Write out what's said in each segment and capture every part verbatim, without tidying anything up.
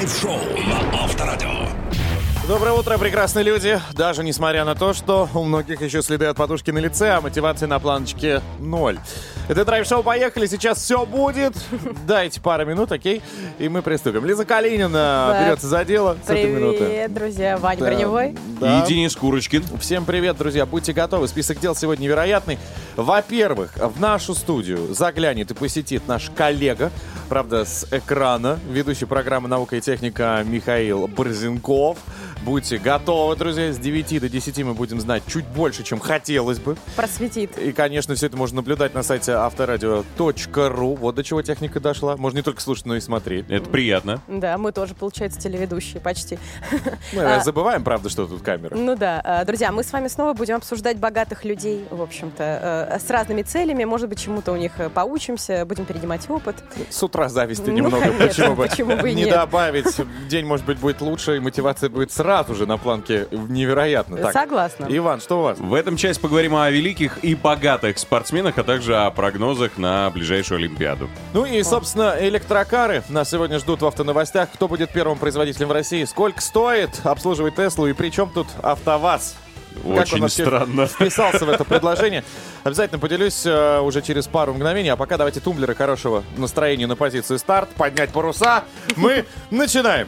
Драйв-шоу на Авторадио. Доброе утро, прекрасные люди. Даже несмотря на то, что у многих еще следы от подушки на лице, а мотивации на планочке ноль. Это драйв-шоу, поехали, сейчас все будет. Дайте пару минут, окей, и мы приступим. Лиза Калинина да. берется за дело. Привет, друзья. Ваня да. Броневой. Да. И Денис Курочкин. Всем привет, друзья. Будьте готовы. Список дел сегодня невероятный. Во-первых, в нашу студию заглянет и посетит наш коллега, правда, с экрана, ведущий программы «Наука и техника» Михаил Борзенков. Будьте готовы, друзья. С девяти до десяти мы будем знать чуть больше, чем хотелось бы. Просветит. И, конечно, все это можно наблюдать на сайте авторадио точка ру. Вот до чего техника дошла. Можно не только слушать, но и смотреть. Это приятно. Да, мы тоже, получается, телеведущие почти. Мы а, забываем, правда, что тут камера. Ну да. Друзья, мы с вами снова будем обсуждать богатых людей, в общем-то, с разными целями. Может быть, чему-то у них поучимся, будем перенимать опыт. С утра зависти ну, немного. Конечно, почему бы, почему бы и не нет. добавить? День, может быть, будет лучше, и мотивация будет сразу же на планке невероятно. Так, согласна. Иван, что у вас? В этом части поговорим о великих и богатых спортсменах, а также о прогнозах на ближайшую Олимпиаду. Ну и, собственно, электрокары нас сегодня ждут в автоновостях. Кто будет первым производителем в России? Сколько стоит обслуживать Теслу? И при чем тут АвтоВАЗ? Очень странно. Вписался в это предложение. Обязательно поделюсь э, уже через пару мгновений. А пока давайте тумблеры хорошего настроения на позицию старт. Поднять паруса. Мы начинаем.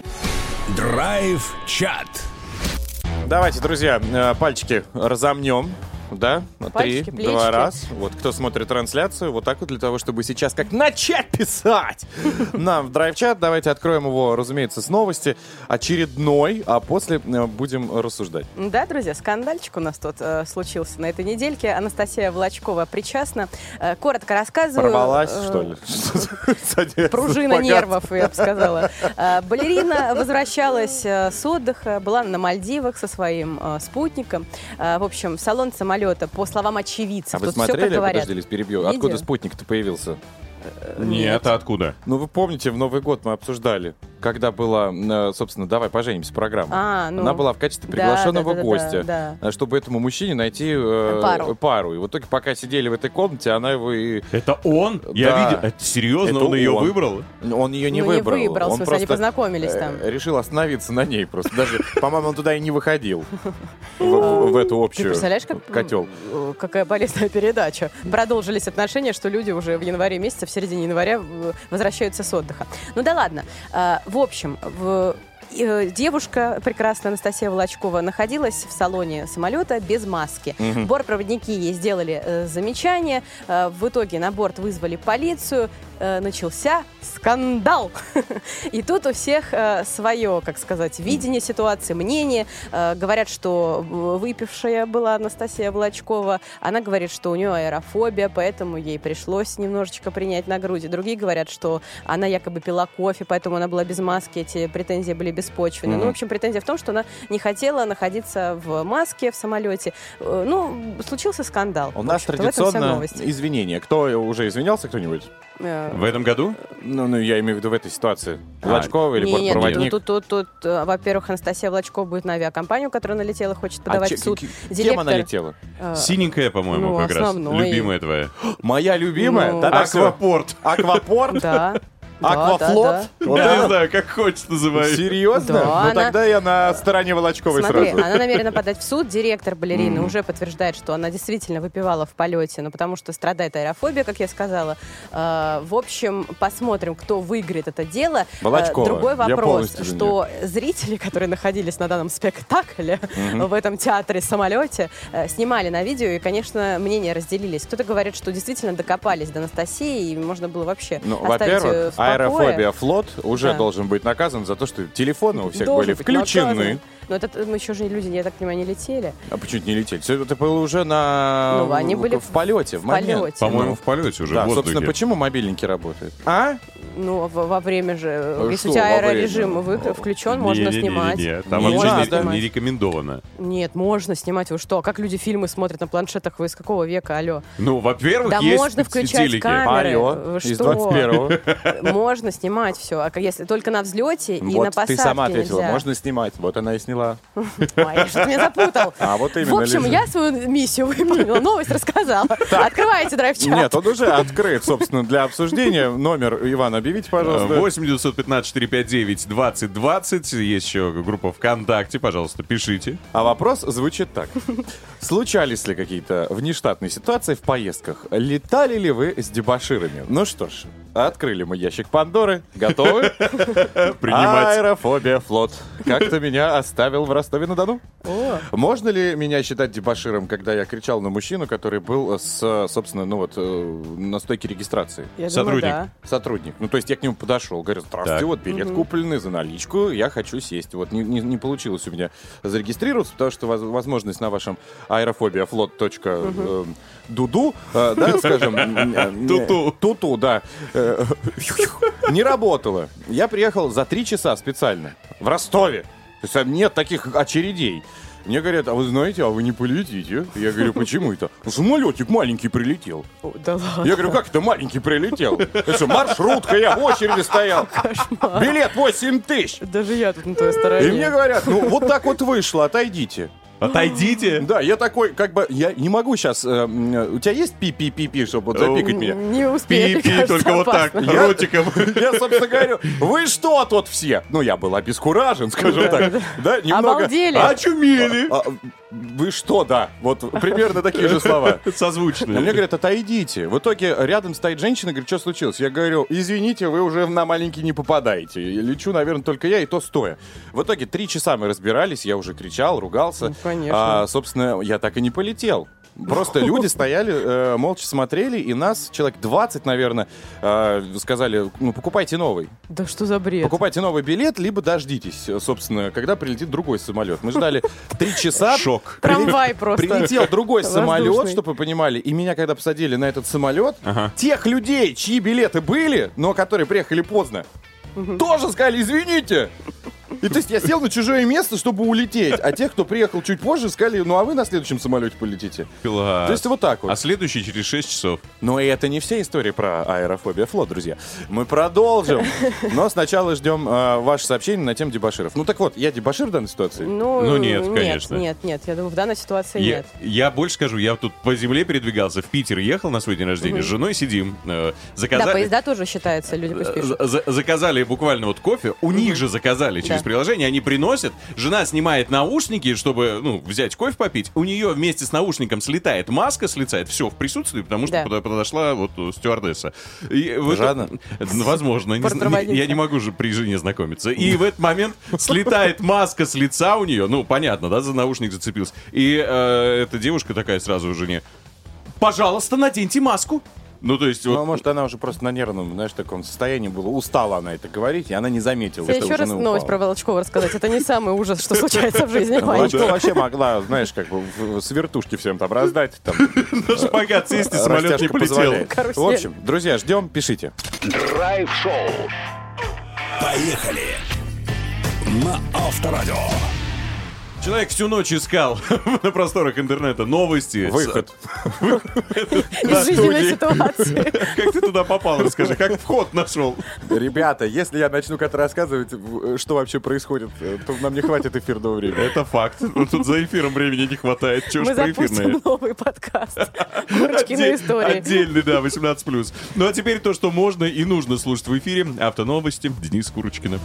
Драйв-чат. Давайте, друзья, э, пальчики разомнем. Да, пальчики, три, плечики. Два раз. Вот кто смотрит трансляцию, вот так вот для того, чтобы сейчас как начать писать нам в драйв-чат. Давайте откроем его, разумеется, с новости очередной, а после будем рассуждать. Да, друзья, скандальчик у нас тут э, случился на этой недельке. Анастасия Влачкова причастна. Э, коротко рассказываю. Порвалась, э, что ли? Пружина нервов, я бы сказала. Э, балерина возвращалась э, с отдыха, была на Мальдивах со своим э, спутником. Э, в общем, в салон самолета, по словам очевидцев. А вы тут смотрели, все, подожди, перебью, Видео? откуда спутник-то появился? Нет, а откуда? Ну, вы помните, в Новый год мы обсуждали, когда была, собственно, «Давай поженимся» программа. А, ну, Она была в качестве приглашенного да, да, да, гостя, да, да. чтобы этому мужчине найти э, пару. пару. И в итоге, пока сидели в этой комнате, она его и... Это он? Да. Я видел. Это серьезно? Это он ее он. выбрал? Он ее не ну, выбрал. не выбрал, он в смысле, просто они познакомились там. решил остановиться на ней просто. Даже, по-моему, он туда и не выходил. В, в эту общую Ты представляешь, как, котел. какая полезная передача. Продолжились отношения, что люди уже в январе месяце, в середине января возвращаются с отдыха. Ну да ладно. В общем, в... девушка, прекрасная Анастасия Волочкова, находилась в салоне самолета без маски. Угу. Бортпроводники ей сделали э, замечание. Э, в итоге на борт вызвали полицию. Э, начался скандал. И тут у всех э, свое, как сказать, видение ситуации, мнение. Э, говорят, что выпившая была Анастасия Волочкова. Она говорит, что у нее аэрофобия, поэтому ей пришлось немножечко принять на грудь. Другие говорят, что она якобы пила кофе, поэтому она была без маски. Эти претензии были беспочвенны. Mm-hmm. Ну, в общем, претензия в том, что она не хотела находиться в маске в самолете. Ну, случился скандал. У нас традиционно извинения. Кто уже извинялся, кто-нибудь? В этом году? Ну, ну, я имею в виду в этой ситуации. Влачкова а, или не, бортпроводник? Нет, тут, тут, тут, тут, во-первых, Анастасия Влачкова будет на авиакомпанию, которая налетела, хочет подавать а в суд. Ч- Директор... Кем она летела? А, Синенькая, по-моему, ну, как основной. раз. Любимая твоя. Моя любимая? Ну, Да, Аквапорт. Аквапорт? Да. Аквафлот? Да, да, Вот я это? не знаю, как хочешь называй. Серьезно? Да, ну она... тогда я на стороне Волочковой Смотри, сразу. она намерена подать в суд. Директор балерины Mm. уже подтверждает, что она действительно выпивала в полете, но потому что страдает аэрофобия, как я сказала. Э, в общем, посмотрим, кто выиграет это дело. Волочкова. Э, другой Я вопрос, полностью что зрители, которые находились на данном спектакле Mm-hmm. в этом театре-самолете, э, снимали на видео, и, конечно, мнения разделились. Кто-то говорит, что действительно докопались до Анастасии, и можно было вообще Ну, оставить ее во-первых, в покое. аэрофобия флот уже Да. должен быть наказан за то, что телефоны у всех Должен были быть включены. наказан. Но это мы еще же люди, я так понимаю, не летели. А почему не летели? Все это было уже на... Ну, они были в полете, в, в момент. полете. По-моему, Ну. в полете уже, Да, в воздухе. собственно, почему мобильники работают? А? Ну, во, во время же, Ну, если что у тебя во время? аэрорежим вы, включен, можно Не-не-не-не-не. снимать. Там Не вообще надо. не, не рекомендовано. Нет, можно снимать. Вы что? Как люди фильмы смотрят на планшетах? Вы из какого века? Алло. Ну, во-первых, Да есть можно включать телеки. камеры. Алло, Вы из что? двадцать первого. Можно снимать все. А если только на взлете и на Вот посадке ты сама ответила, нельзя. можно снимать. Вот она и сняла. Ой, что ты меня запутал. А вот именно. В общем, Лиза. я свою миссию выполнила, новость рассказала. Открывайте драйв-чат. Нет, он уже открыт, собственно, для обсуждения. Номер Ивана объявите, пожалуйста. восемь девятьсот пятнадцать четыреста пятьдесят девять двадцать двадцать. Есть еще группа ВКонтакте. Пожалуйста, пишите. А вопрос звучит так. Случались ли какие-то внештатные ситуации в поездках? Летали ли вы с дебоширами? Ну что ж, открыли мы ящик Пандоры. Готовы? Принимать. Аэрофобия флот. Как-то меня оставил в Ростове-на-Дону. О, Можно ли меня считать дебоширом, когда я кричал на мужчину, который был с, собственно, ну вот, э, на стойке регистрации? я Сотрудник. думаю, Сотрудник. Ну, то есть я к нему подошел, говорю, здравствуйте, Так. вот билет купленный за наличку, я хочу сесть. Вот не, не, не получилось у меня зарегистрироваться, потому что воз- возможность на вашем аэрофобиафлот.дуду, э, да, скажем... м, э, Туту. Туту, да. э, Не работала. Я приехал за три часа специально в Ростове. То есть нет таких очередей. Мне говорят, а вы знаете, а вы не полетите? Я говорю, почему это? Ну, самолетик маленький прилетел. да. О, да ладно. Я говорю, как это маленький прилетел? Это что, маршрутка, я в очереди стоял. Билет восемь тысяч. Даже я тут на твоей стороне. И мне говорят, ну вот так вот вышло, отойдите. Отойдите. Да, я такой, как бы, я не могу сейчас... э, м, у тебя есть пи-пи-пи-пи, чтобы вот запикать меня? Не успею, Пи-пи, мне кажется, только вот так, опасно. Я- ротиком. Я, собственно, говорю, вы что тут все? Ну, я был обескуражен, скажем так. Да, немного... Обалдели. Очумели. А, вы что, да? Вот примерно такие же слова. А Созвучные. мне говорят, отойдите. В итоге рядом стоит женщина, говорит, что случилось? Я говорю, извините, вы уже на маленький не попадаете. И лечу, наверное, только я, и то стоя. В итоге три часа мы разбирались, я уже кричал, ругался. Ну, конечно. А, собственно, я так и не полетел. Просто люди стояли, э, молча смотрели, и нас, человек двадцать, наверное, э, сказали, ну, покупайте новый. Да что за бред? Покупайте новый билет, либо дождитесь, собственно, когда прилетит другой самолет. Мы ждали три часа. Шок. Трамвай просто. Прилетел другой самолет, Воздушный. чтобы вы понимали, и меня, когда посадили на этот самолет, Ага. тех людей, чьи билеты были, но которые приехали поздно, тоже сказали, извините. И то есть я сел на чужое место, чтобы улететь, а тех, кто приехал чуть позже, сказали, ну а вы на следующем самолете полетите. Класс. То есть вот так вот. А следующий через шесть часов. Но и это не вся история про аэрофобия флот, друзья. Мы продолжим. Но сначала ждем э, ваше сообщение на тему дебоширов. Ну так вот, я дебошир в данной ситуации? Ну, Ну, нет, конечно. Нет, нет, я думаю, в данной ситуации Я, нет. я больше скажу, я тут по земле передвигался, в Питер ехал на свой день рождения, с женой сидим, э, Да, заказали... поезда тоже считаются, люди пусть пишут. За- за- заказали буквально вот кофе, у них же заказали через Да. приложение, они приносят, жена снимает наушники, чтобы, ну, взять кофе попить, у нее вместе с наушником слетает маска, слетает все в присутствии, потому что Да. подо- подошла вот э, стюардесса. И в Жанна? это- Ну, возможно, не зна- Бортпроводница. я не могу же при жене знакомиться. И в этот момент слетает маска с лица у нее, ну, понятно, да, за наушник зацепился. И э, эта девушка такая сразу жене, пожалуйста, наденьте маску. Ну, то есть, Ну, вот, может, она уже просто на нервном, знаешь, таком состоянии была. Устала она это говорить, и она не заметила, Я что еще у раз жены новость про упала. Волочкова рассказать. Это не самый ужас, что случается в жизни. Ну, Волочкова Ванечка. вообще могла, знаешь, как бы в- в- с вертушки всем там раздать. Там, на шпагат сесть, и самолет не растяжка полетел. позволяет. Карусель. В общем, друзья, ждем, пишите. Драйв-шоу. Поехали. На Авторадио. Человек всю ночь искал на просторах интернета новости. Выход. Из жизненной ситуации. Как ты туда попал, расскажи, как вход нашел? Ребята, если я начну как-то рассказывать, в- что вообще происходит, э, то нам не хватит эфирного времени. Это факт. Ну, тут за эфиром времени не хватает. Чего ж Мы про запустим эфирное? новый подкаст. Курочкины истории. Отдельный, да, восемнадцать плюс. Ну а теперь то, что можно и нужно слушать в эфире. Автоновости. Денис Курочкина.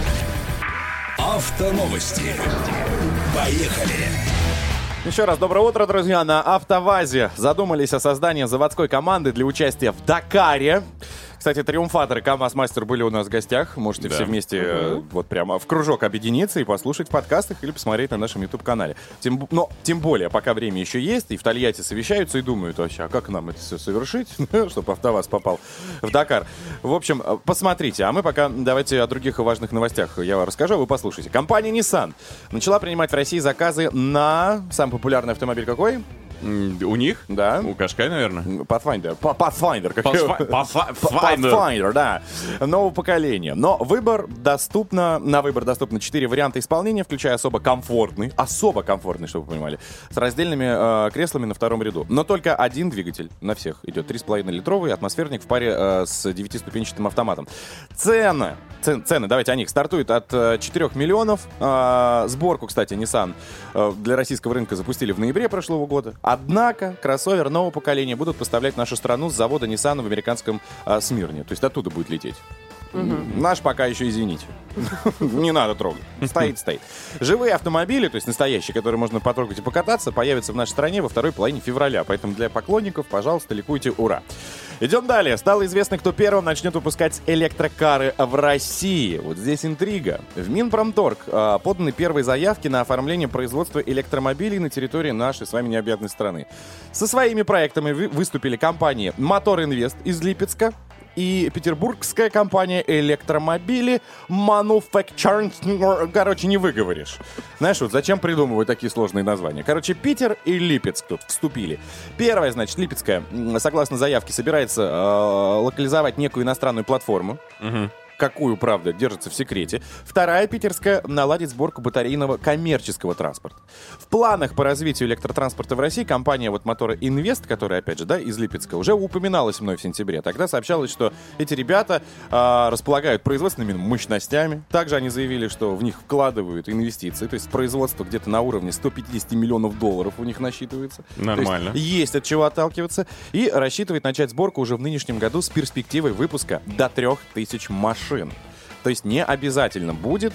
Автоновости. Поехали. Еще раз доброе утро, друзья. На АвтоВАЗе задумались о создании заводской команды для участия в Дакаре. Кстати, триумфаторы КамАЗ-мастер были у нас в гостях. Можете Да. все вместе э, вот прямо в кружок объединиться и послушать в подкастах или посмотреть на нашем YouTube-канале. Тем, б- но тем более, пока время еще есть, и в Тольятти совещаются и думают вообще, а как нам это все совершить, чтобы АвтоВАЗ попал в Дакар. В общем, э, посмотрите. А мы пока давайте о других важных новостях я вам расскажу, а вы послушайте. Компания Nissan начала принимать в России заказы на самый популярный автомобиль какой? М, У них? Да. У Кашкай, наверное. Pathfinder. Па- Pathfinder. как его- Pathfi- Pathfi- Pathfinder, да. Нового поколения. Но выбор доступно, на выбор доступно четыре варианта исполнения, включая особо комфортный, особо комфортный, чтобы вы понимали, с раздельными э, креслами на втором ряду. Но только один двигатель на всех идет. три с половиной литровый атмосферник в паре э, с девятиступенчатым автоматом. Цены. Цен- цены, давайте о них. Стартуют от э, четырёх миллионов. Э, сборку, кстати, Nissan э, для российского рынка запустили в ноябре прошлого года. Однако кроссовер нового поколения будут поставлять в нашу страну с завода Nissan в американском э, Смирне. То есть оттуда будет лететь. Наш пока еще, извините. Не надо трогать. Стоит, стоит. Живые автомобили, то есть настоящие, которые можно потрогать и покататься, появятся в нашей стране во второй половине февраля. Поэтому для поклонников, пожалуйста, ликуйте, ура. Идем далее. Стало известно, кто первым начнет выпускать электрокары в России. Вот здесь интрига. В Минпромторг э, поданы первые заявки на оформление производства электромобилей на территории нашей с вами необъятной страны. Со своими проектами вы- выступили компании «Мотор Инвест» из Липецка и петербургская компания «Электромобили Manufacturing». Короче, не выговоришь. Знаешь, вот зачем придумывают такие сложные названия? Короче, Питер и Липецк тут вступили. Первая, значит, Липецкая, согласно заявке, собирается э, локализовать некую иностранную платформу. Угу. Какую, правда, держится в секрете. Вторая, питерская, наладит сборку батарейного коммерческого транспорта. В планах по развитию электротранспорта в России компания вот Мотора Инвест, которая, опять же, да, из Липецка, уже упоминалась мной в сентябре. Тогда сообщалось, что эти ребята э, располагают производственными мощностями. Также они заявили, что в них вкладывают инвестиции. То есть производство где-то на уровне сто пятьдесят миллионов долларов у них насчитывается. Нормально. То есть, есть от чего отталкиваться. И рассчитывает начать сборку уже в нынешнем году с перспективой выпуска до трех тысяч машин. То есть не обязательно будет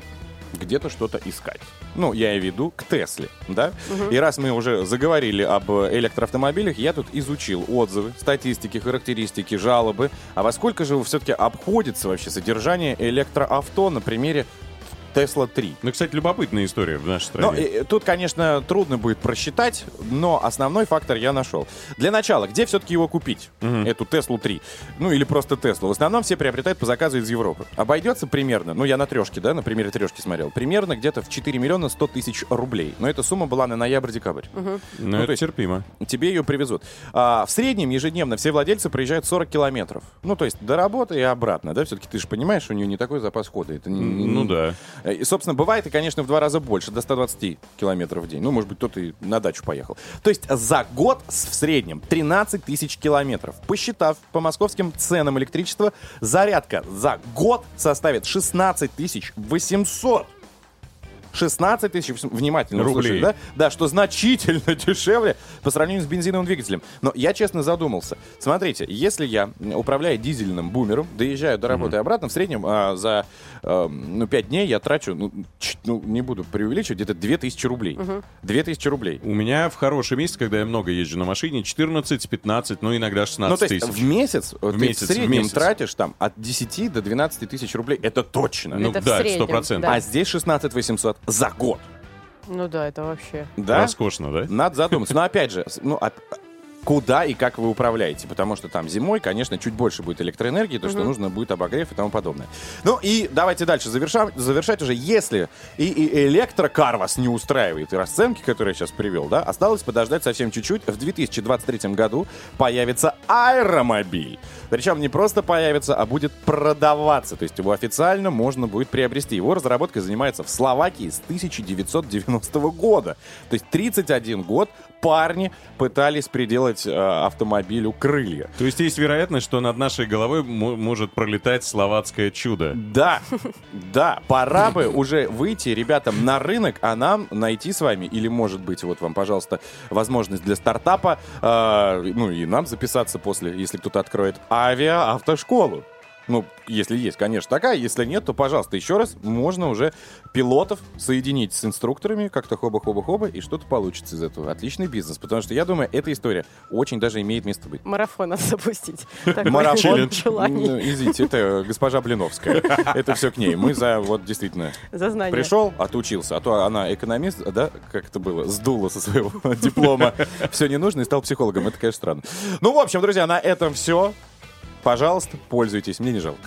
где-то что-то искать. Ну, я и веду к Тесле, да? Угу. И раз мы уже заговорили об электроавтомобилях, я тут изучил отзывы, статистики, характеристики, жалобы. А во сколько же все-таки обходится вообще содержание электроавто на примере Тесла три. Ну, кстати, любопытная история в нашей стране. Но, и, тут, конечно, трудно будет просчитать, но основной фактор я нашел. Для начала, где все-таки его купить, uh-huh. эту Теслу три? Ну, или просто Теслу. В основном все приобретают по заказу из Европы. Обойдется примерно, ну, я на трешке, да, на примере трешки смотрел, примерно где-то в четыре миллиона сто тысяч рублей. Но эта сумма была на ноябрь-декабрь. Uh-huh. Ну, ну, это есть, терпимо. Тебе ее привезут. А, в среднем ежедневно все владельцы проезжают сорок километров. Ну, то есть до работы и обратно, да? Все-таки ты же понимаешь, у нее не такой запас хода. Это не, не, ну, да. И, собственно, бывает и, конечно, в два раза больше, до ста двадцати километров в день. Ну, может быть, кто-то и на дачу поехал. То есть за год в среднем тринадцать тысяч километров. Посчитав по московским ценам электричества, зарядка за год составит шестнадцать тысяч восемьсот. шестнадцать тысяч, внимательно рублей. Слушай, да? Да, что значительно дешевле по сравнению с бензиновым двигателем. Но я честно задумался. Смотрите, если я, управляя дизельным бумером, доезжаю до работы mm-hmm. и обратно, в среднем а, за а, ну, пять дней я трачу, ну, ч- ну не буду преувеличивать, где-то две тысячи рублей. Mm-hmm. две тысячи рублей. У меня в хороший месяц, когда я много езжу на машине, четырнадцать-пятнадцать, ну иногда шестнадцать тысяч. Ну, то есть в месяц в ты месяц, в среднем в месяц. тратишь там от десяти до двенадцати тысяч рублей. Это точно. Ну это да, среднем, сто процентов. да. А здесь шестнадцать тысяч восемьсот за год. Ну да, это вообще... Да? Роскошно, да? Надо задуматься. Но опять же, ну, а куда и как вы управляете? Потому что там зимой, конечно, чуть больше будет электроэнергии, то, что угу. нужно будет обогрев и тому подобное. Ну и давайте дальше завершам, завершать уже. Если и, и электрокар вас не устраивает, и расценки, которые я сейчас привел, да, осталось подождать совсем чуть-чуть. В две тысячи двадцать третьем году появится аэромобиль. Причем не просто появится, а будет продаваться. То есть его официально можно будет приобрести. Его разработкой занимается в Словакии с тысяча девятьсот девяностого года. То есть тридцать один год парни пытались приделать э, автомобилю крылья. То есть есть вероятность, что над нашей головой м- может пролетать словацкое чудо. Да, да, пора бы уже выйти ребятам на рынок, а нам найти с вами, или, может быть, вот вам, пожалуйста, возможность для стартапа, э, ну и нам записаться после, если кто-то откроет авиаавтошколу. Ну, если есть, конечно, такая. Если нет, то, пожалуйста, еще раз можно уже пилотов соединить с инструкторами, как-то хоба-хоба-хоба, и что-то получится из этого. Отличный бизнес, потому что, я думаю, эта история очень даже имеет место быть. Марафон надо запустить. Марафон? Ну, извините, это госпожа Блиновская. Это все к ней. Мы за, вот, действительно, за знания. Пришел, отучился, а то она экономист, да, как это было, сдула со своего диплома все не нужно и стал психологом. Это, конечно, странно. Ну, в общем, друзья, на этом все. Пожалуйста, пользуйтесь, мне не жалко.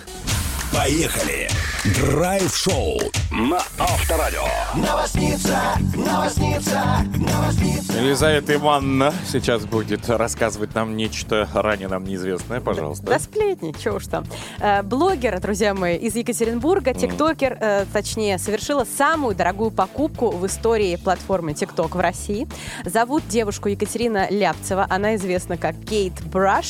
Поехали! Драйв-шоу на Авторадио. Новосница, новосница, новосница. Елизавета Ивановна сейчас будет рассказывать нам нечто ранее нам неизвестное, пожалуйста. Да, да сплетни, чего уж там. Э, блогер, друзья мои, из Екатеринбурга, тиктокер, э, точнее, совершила самую дорогую покупку в истории платформы TikTok в России. Зовут девушку Екатерина Ляпцева, она известна как Кейт Браш.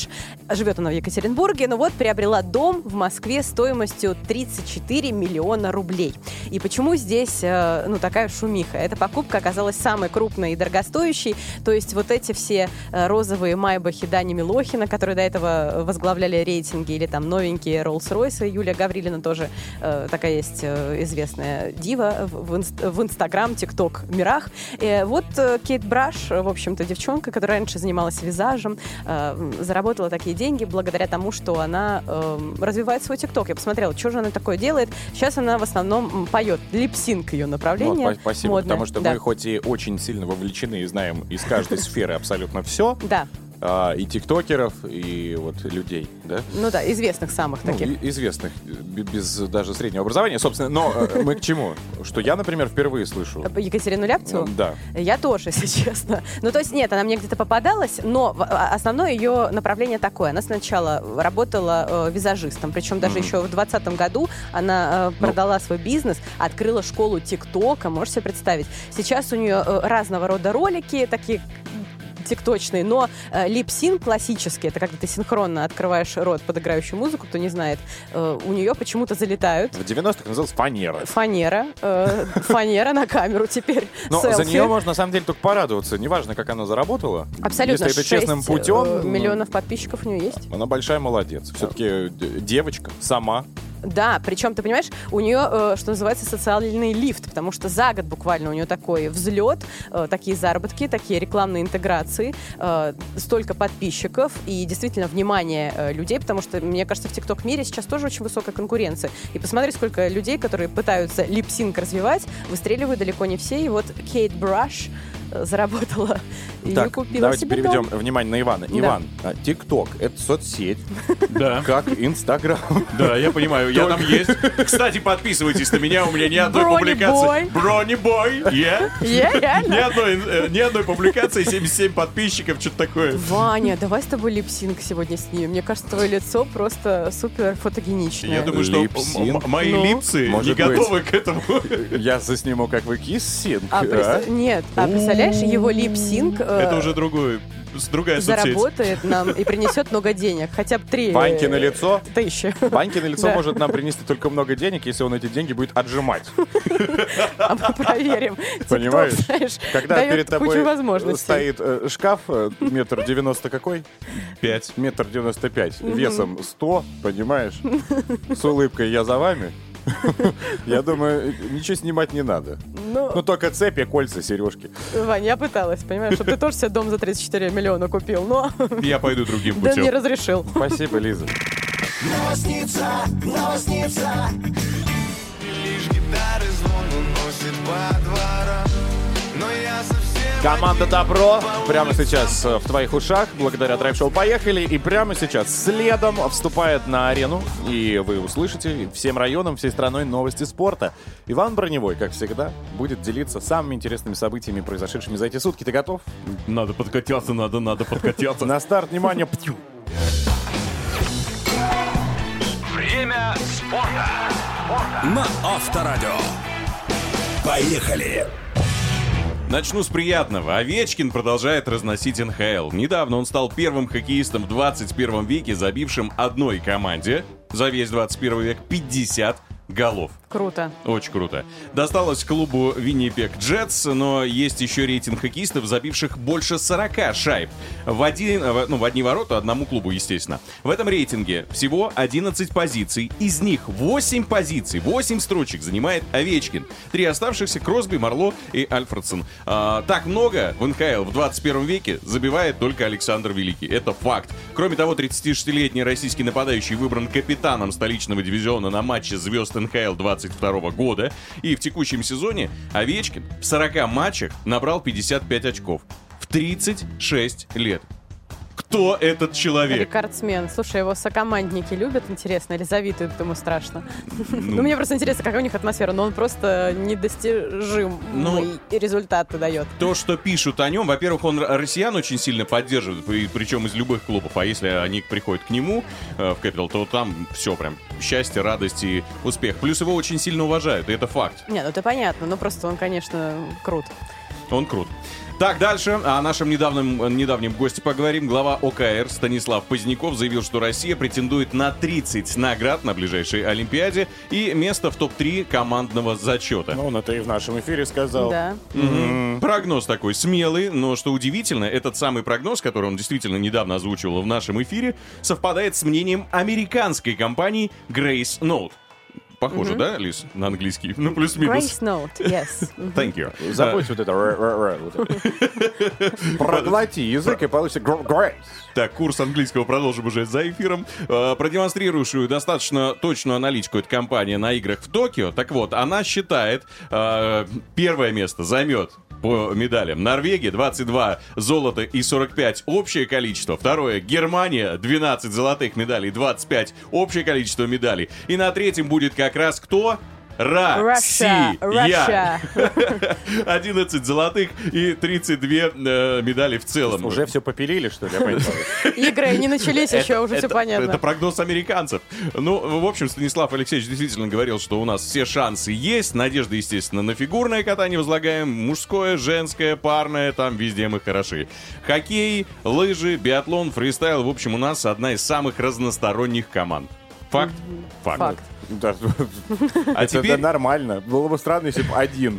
живет она в Екатеринбурге, но вот приобрела дом в Москве стоимостью тридцать четыре миллиона рублей. И почему здесь, э, ну, такая шумиха? Эта покупка оказалась самой крупной и дорогостоящей, то есть вот эти все э, розовые майбахи Дани Милохина, которые до этого возглавляли рейтинги, или там новенькие Роллс-Ройсы, Юлия Гаврилина тоже э, такая есть э, известная дива в, инст- в Инстаграм, ТикТок мирах. Э, вот э, Кейт Браш, в общем-то, девчонка, которая раньше занималась визажем, э, заработала такие деньги благодаря тому, что она э, развивает свой ТикТок. Я посмотрела, что же она такое делает. Сейчас она в основном поет. Липсинг ее направление. Вот, спасибо, модное. потому что Да. мы хоть и очень сильно вовлечены и знаем из каждой сферы абсолютно все, Да. а, и тиктокеров, и вот людей, да? Ну да, известных самых Ну, таких. и- известных, б- без даже среднего образования, собственно. Но э, мы к чему? Что я, например, впервые слышу. Екатерину Ляпцеву? Да. Я тоже, если честно. Ну, то есть, нет, она мне где-то попадалась, но в- а- основное ее направление такое. Она сначала работала э, визажистом, причем даже Мгм. еще в двадцатом году она э, продала свой бизнес, открыла школу ТикТока, можете себе представить. Сейчас у нее э, разного рода ролики, такие тикточный, но э, лип-синк классический, это когда ты синхронно открываешь рот под играющую музыку, кто не знает, э, у нее почему-то залетают. В девяностых называлась фанера. Фанера, э, фанера на камеру теперь, Но селфи. за нее можно, на самом деле, только порадоваться. Неважно, как она заработала. Абсолютно. Если это честным шесть, путем, э, миллионов подписчиков у нее есть. она большая молодец. Все-таки девочка сама. Да, причем, ты понимаешь, у нее, э, что называется, социальный лифт, потому что за год буквально у нее такой взлет, э, такие заработки, такие рекламные интеграции, э, столько подписчиков и действительно внимание э, людей, потому что, мне кажется, в ТикТок-мире сейчас тоже очень высокая конкуренция. И посмотри, сколько людей, которые пытаются лип-синк развивать, выстреливают далеко не все. И вот Кейт Браш э, заработала и Так, купила давайте себе переведем дом. внимание на Ивана. Да. Иван, а, ТикТок — это соцсеть, Да. как Инстаграм. Да, я понимаю, я там есть. Кстати, подписывайтесь на меня, у меня ни одной Брони публикации. бой. Брони-бой, я. Я реально? Ни одной, э, ни одной публикации, семьдесят семь подписчиков, что-то такое. Ваня, давай с тобой липсинг сегодня снимем. Мне кажется, твое лицо просто супер фотогеничное. Я думаю, что Лип-синк? м- мои Ну, липсы не может готовы к этому. Я засниму, как вы киссинг. А, представ- Нет, а представляешь, его липсинг э, Это уже другой, с- другая соцсеть. заработает нам и принесет много денег. Хотя бы три Ванькино э, лицо? тысячи. Ванькино лицо Да. может нам принести только много денег, если он эти деньги будет отжимать. А мы проверим. Понимаешь? TikTok, знаешь, Когда дает перед тобой кучу возможностей. стоит э, шкаф э, метр девяносто какой? Пять. Метр девяносто пять. Весом сто, понимаешь? С улыбкой я за вами. Я думаю, ничего снимать не надо. Ну, Ну, только цепи, кольца, сережки. Вань, я пыталась, понимаешь, что ты тоже себе дом за тридцать четыре миллиона купил, но Я пойду другим да путем. не разрешил. Спасибо, Лиза. Новосница, новосница. Лишь гитары звон уносит по дворам. Но я совсем Команда Добро прямо сейчас э, в твоих ушах, благодаря драйв-шоу «Поехали». И прямо сейчас следом вступает на арену, и вы услышите всем районам, всей страной новости спорта. Иван Броневой, как всегда, будет делиться самыми интересными событиями, произошедшими за эти сутки. Ты готов? Надо подкатиться, надо, надо подкатиться. На старт, внимание! Птю. Время спорта. На Авторадио. Поехали. Начну с приятного. Овечкин продолжает разносить эн ха эл. Недавно он стал первым хоккеистом в двадцать первом веке, забившим одной команде за весь двадцать первый век пятьдесят голов. Круто. Очень круто. Досталось клубу Winnipeg Jets, но есть еще рейтинг хоккеистов, забивших больше сорока шайб. В, один, в- ну, в одни ворота одному клубу, естественно. В этом рейтинге всего одиннадцать позиций. Из них восемь позиций, восемь строчек занимает Овечкин. Три оставшихся — Кросби, Марло и Альфредсон. А, так много в эн ха эл в двадцать первом веке забивает только Александр Великий. Это факт. Кроме того, тридцатишестилетний российский нападающий выбран капитаном столичного дивизиона на матче звезд эн ха эл двадцать второго года. И в текущем сезоне Овечкин в сорока матчах набрал пятьдесят пять очков. В тридцать шесть лет. Кто этот человек? Рекордсмен. Слушай, его сокомандники любят, интересно, или завидуют ему страшно? Ну, мне просто интересно, какая у них атмосфера, но он просто недостижимый Ну, результаты дает. То, что пишут о нем, во-первых, он россиян очень сильно поддерживает, и причем из любых клубов. А если они приходят к нему э, в Capital, то там все прям счастье, радость и успех. Плюс его очень сильно уважают, и это факт. Не, ну это понятно, но просто он, конечно, крут. Он крут. Так, дальше о нашем недавнем, недавнем госте поговорим. Глава ОКР Станислав Поздняков заявил, что Россия претендует на тридцать наград на ближайшей Олимпиаде и место в топ три командного зачета. Ну, он это и в нашем эфире сказал. Да. Мгм. Прогноз такой смелый, но что удивительно, этот самый прогноз, который он действительно недавно озвучивал в нашем эфире, совпадает с мнением американской компании Grace Note. Похоже, да, Лиз, на английский? Ну, плюс-минус. Grace Note, yes. Thank you. Забудь вот это. р- р- р- вот это. Проглоти язык и получится гр- Grace. Так, курс английского продолжим уже за эфиром. Э, продемонстрирующую достаточно точную аналитику эта компания на играх в Токио. Так вот, она считает, э, первое место займет по медалям Норвегия, двадцать два золота и сорок пять общее количество. Второе, Германия, двенадцать золотых медалей, двадцать пять общее количество медалей. И на третьем будет как раз кто? Russia, Россия. Russia. одиннадцать золотых и тридцать две э, медали в целом. Уже все попилили, что ли? Я понимаю. Игры не начались еще, уже все это, понятно. Это прогноз американцев. Ну, в общем, Станислав Алексеевич действительно говорил, что у нас все шансы есть. Надежда, естественно, на фигурное катание возлагаем. Мужское, женское, парное, там везде мы хороши. Хоккей, лыжи, биатлон, фристайл. В общем, у нас одна из самых разносторонних команд. Факт? Факт. Факт. Да, А это теперь нормально. Было бы странно, если бы один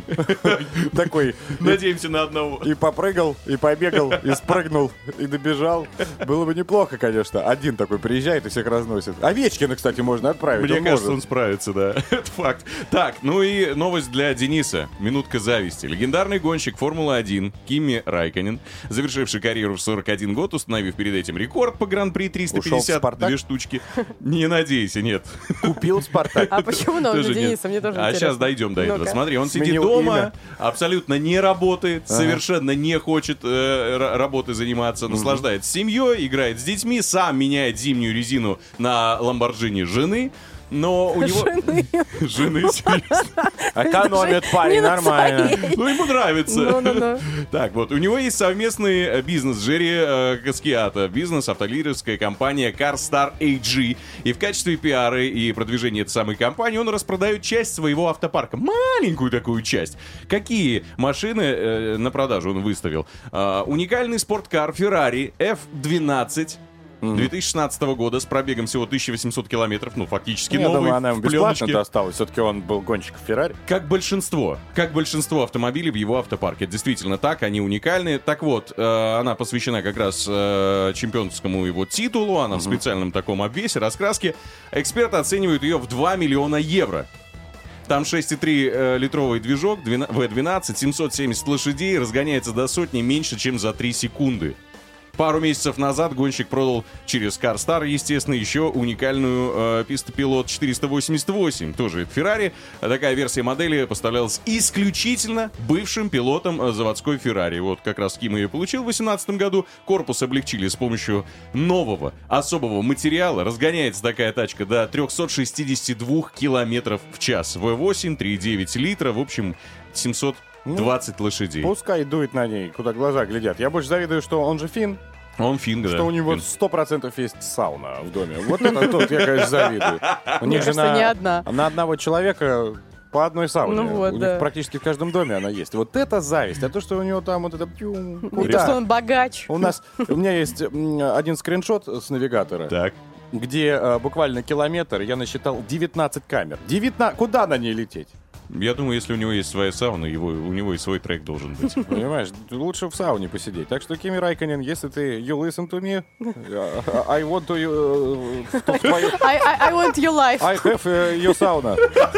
такой надеемся на одного. и попрыгал, и побегал, и спрыгнул, и добежал. Было бы неплохо, конечно. Один такой приезжает и всех разносит. Овечкина, кстати, можно отправить. Мне он кажется, может. он справится, да. Это факт. Так, ну и новость для Дениса. Минутка зависти. Легендарный гонщик Формулы один Кими Райконен, завершивший карьеру в сорок один год, установив перед этим рекорд по Гран-при триста пятьдесят две штучки. Не надейся, нет. Купил Спартак. А почему новость Тоже для нет. Дениса? Мне тоже А интересно. сейчас дойдем до этого. Ну-ка. Смотри, он сидит Сменил дома, имя. абсолютно не работает, совершенно не хочет э, р- работой заниматься, наслаждается семьей, играет с детьми, сам меняет зимнюю резину на Ламборджини жены. Но у него... Жены. Жены, серьезно. Экономит парень Не на нормально. своей. Ну, ему нравится. Ну-ну-ну. Так, вот, у него есть совместный э, бизнес с Джерри э, Каскиато. Бизнес, автолидерская компания CarStar эй джи. И в качестве пиара и продвижения этой самой компании он распродает часть своего автопарка. Маленькую такую часть. Какие машины э, на продажу он выставил? А, уникальный спорткар Ferrari эф двенадцать. две тысячи шестнадцатого года с пробегом всего тысяча восемьсот километров, ну, фактически Я новый, думаю, она ему в пленочке. бесплатно досталась. Все-таки он был гонщик Феррари. Как большинство, как большинство автомобилей в его автопарке. Это действительно так, они уникальны. Так вот, э, она посвящена как раз э, чемпионскому его титулу, она в специальном таком обвесе, раскраске. Эксперты оценивают ее в два миллиона евро. Там шесть и три э, литровый движок, вэ двенадцать, семьсот семьдесят лошадей, разгоняется до сотни меньше, чем за три секунды. Пару месяцев назад гонщик продал через CarStar, естественно, еще уникальную э, пистопилот четыреста восемьдесят восемь. Тоже это Ferrari. Такая версия модели поставлялась исключительно бывшим пилотом э, заводской Ferrari. Вот как раз Ким ее получил в две тысячи восемнадцатом году. Корпус облегчили с помощью нового особого материала. Разгоняется такая тачка до триста шестьдесят два километров в час. вэ восемь, три и девять литра. В общем, семьсот двадцать лошадей. Пускай дует на ней, куда глаза глядят. Я больше завидую, что он же фин, Он финга, да. что у него Фин. сто процентов есть сауна в доме. Вот это тут я, конечно, завидую. У Мне них же кажется, на- не одна. На одного человека по одной сауне. Ну вот, у да. них практически в каждом доме она есть. Вот это зависть. А то, что у него там вот это... пью, Не куда? то, что он богач. У нас, у меня есть м, один скриншот с навигатора, Так. где э, буквально километр я насчитал девятнадцать камер. девятнадцать... Куда на ней лететь? Я думаю, если у него есть своя сауна, его, у него и свой трек должен быть. Понимаешь, лучше в сауне посидеть. Так что, Кими Райконен, если ты you listen to me, uh, I want to you, uh, to твою... I, I, I want your life. I have uh, your sauna.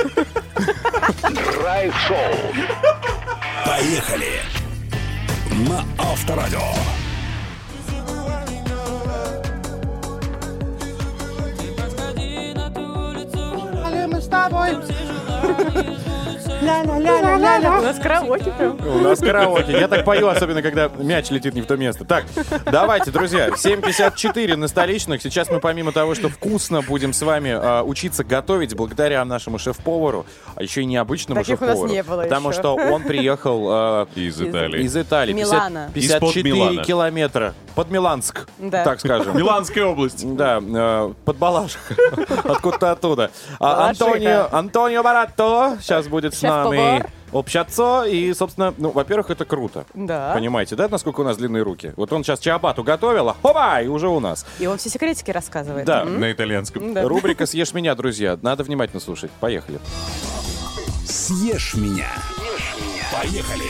Драйв-шоу. Поехали. На Авторадио. У нас караоке прям. У нас караоке. Я так пою, особенно когда мяч летит не в то место. Так, давайте, друзья, семь пятьдесят четыре на столичных. Сейчас мы помимо того, что вкусно будем с вами э, учиться готовить благодаря нашему шеф-повару, а еще и необычному Таких у нас шеф-повару. не было Потому еще. что он приехал э, Из Италии. из Италии. Милана. пятьдесят Из-под четыре Милана. километра. Под Миланск, Да. так скажем. Миланская область. Да, э, под Балаших. Откуда-то оттуда. А, Балашиха. Антонио, Антонио Баратто сейчас будет с нами. Шеф-повар. общаться. И, собственно, ну, во-первых, это круто. Да. Понимаете, да, насколько у нас длинные руки? Вот он сейчас чиабатту готовил, а хоба, и уже у нас. И он все секретики рассказывает. Да. М? На итальянском. Да. Рубрика «Съешь меня», друзья. Надо внимательно слушать. Поехали. Съешь меня. Поехали.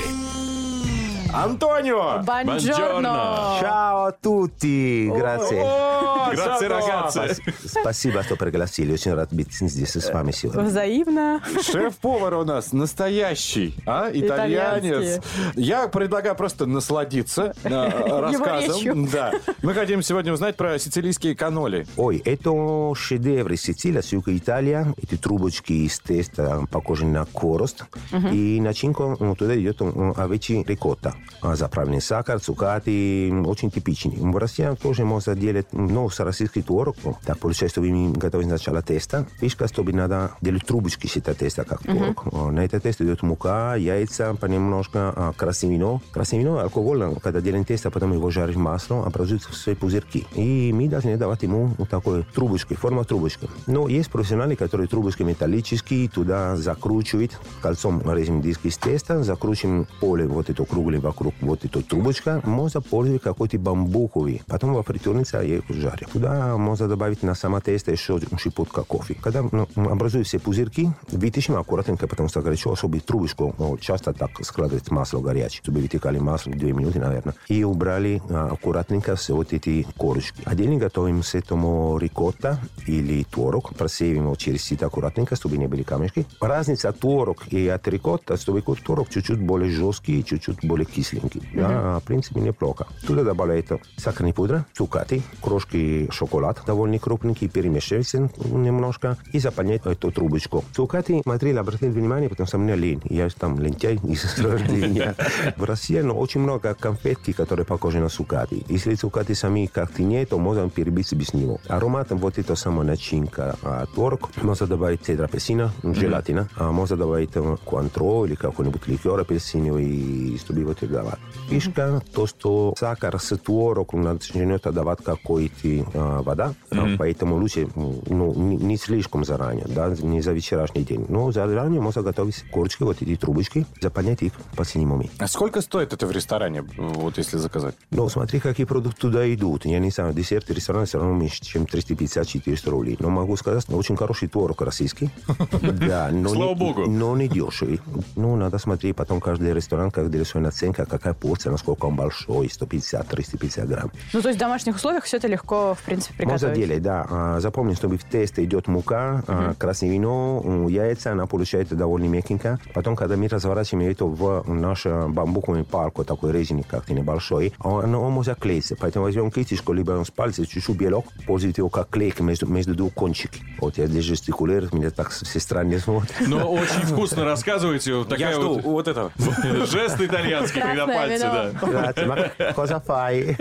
Антонио! Бонджорно! Ciao a tutti, grazie. Грация, рогация. Спасибо, что пригласили. Очень рад быть здесь с вами сегодня. Взаимно. Шеф-повар у нас настоящий, а? Итальянец. Итальянский. Я предлагаю просто насладиться э, рассказом. речью. Да. Мы хотим сегодня узнать про сицилийские каноли. Ой, это шедевр из Сицилии, с юга Италии. Эти трубочки из теста похожи на хворост. И начинка ну, туда идет овечья рикотта. Заправленный сахар, цукати, очень типичный. В России тоже можно делать, ну, с российский творог. Так получается, что вы готовите сначала теста. Фишка, чтобы надо делать трубочки с этого теста, как творог. На это тесто идет мука, яйца, понемножко красивино. Красивино, алкоголь, когда делаем тесто, потом его жарим в масло, образуются все пузырьки. И мы должны давать ему вот такой трубочкой, форма трубочки. Но есть профессионалы, которые трубочки металлические, туда закручивают, кольцом резим диск из теста, закручиваем поле вот это круглое вокруг вот эта трубочка, можно пользовать какой-то бамбуковый. Потом во фритюрнице я их жарю. Туда можно добавить на само тесто еще щепотка кофе. Когда ну, образуют все пузырьки, вытащим аккуратненько, потому что горячо, чтобы трубочку ну, часто так складывать масло горячее, чтобы вытекали масло две минуты, наверное. И убрали а, аккуратненько все вот эти корочки. Отдельно готовим с этому рикотта или творог. Просеиваем его через сито аккуратненько, чтобы не были камешки. Разница от творог и от рикотта, чтобы творог чуть-чуть более жесткий, чуть-чуть более кисленький. Да, в принципе, неплохо. Туда добавляется сахарная пудра, цукати, крошки шоколад, довольно крупненький, перемешивается немножко и заполняет эту трубочку. Цукати, смотрели, обратили внимание, потому что у меня лень. Я там лентяй из рождения. В России ну, очень много конфетки, которые похожи на цукати. Если цукати сами как-то нет, то можно перебиться без него. Ароматом вот эта самая начинка а, творог. Можно добавить цедра апельсина, желатина. А можно добавить куантро или какой-нибудь ликер апельсиновый, чтобы вот это давать. Фишка, то, что сахар с творогом начнет давать какой-то э, вода, mm-hmm. поэтому лучше ну, не, не слишком заранее, да, не за вчерашний день. Но заранее можно готовить корочки, вот эти трубочки, заполнять их по минимуму. А сколько стоит это в ресторане, вот если заказать? Ну, смотри, какие продукты туда идут. Я не знаю, десерт в ресторане все равно меньше, чем триста пятьдесят - четыреста рублей. Но могу сказать, очень хороший творог российский. Да, но слава богу. Но не дешевый. Ну, надо смотреть потом каждый ресторан, как делится наценка, какая порция, насколько он большой, сто пятьдесят - триста пятьдесят грамм. Ну, то есть в домашних условиях все это легко, в принципе, приготовить. Можно делать, да. А, запомни, чтобы в тесте идет мука, uh-huh. а, красное вино, яйца, она получается довольно мягенькая. Потом, когда мы разворачиваем это в наш бамбуковый палку, такой резинник как-то небольшой, он, он может клеиться. Поэтому возьмем кисточку, либо с пальца, чуть-чуть белок, пользуйте его как клейка между, между двух кончиков. Вот я здесь жестикулирую, меня так все странно смотрят. Но очень вкусно рассказываете. Такая Я жду вот вот этого. жест итальянский, когда Красное пальцы, вино. да. Grazie, ma cosa fai?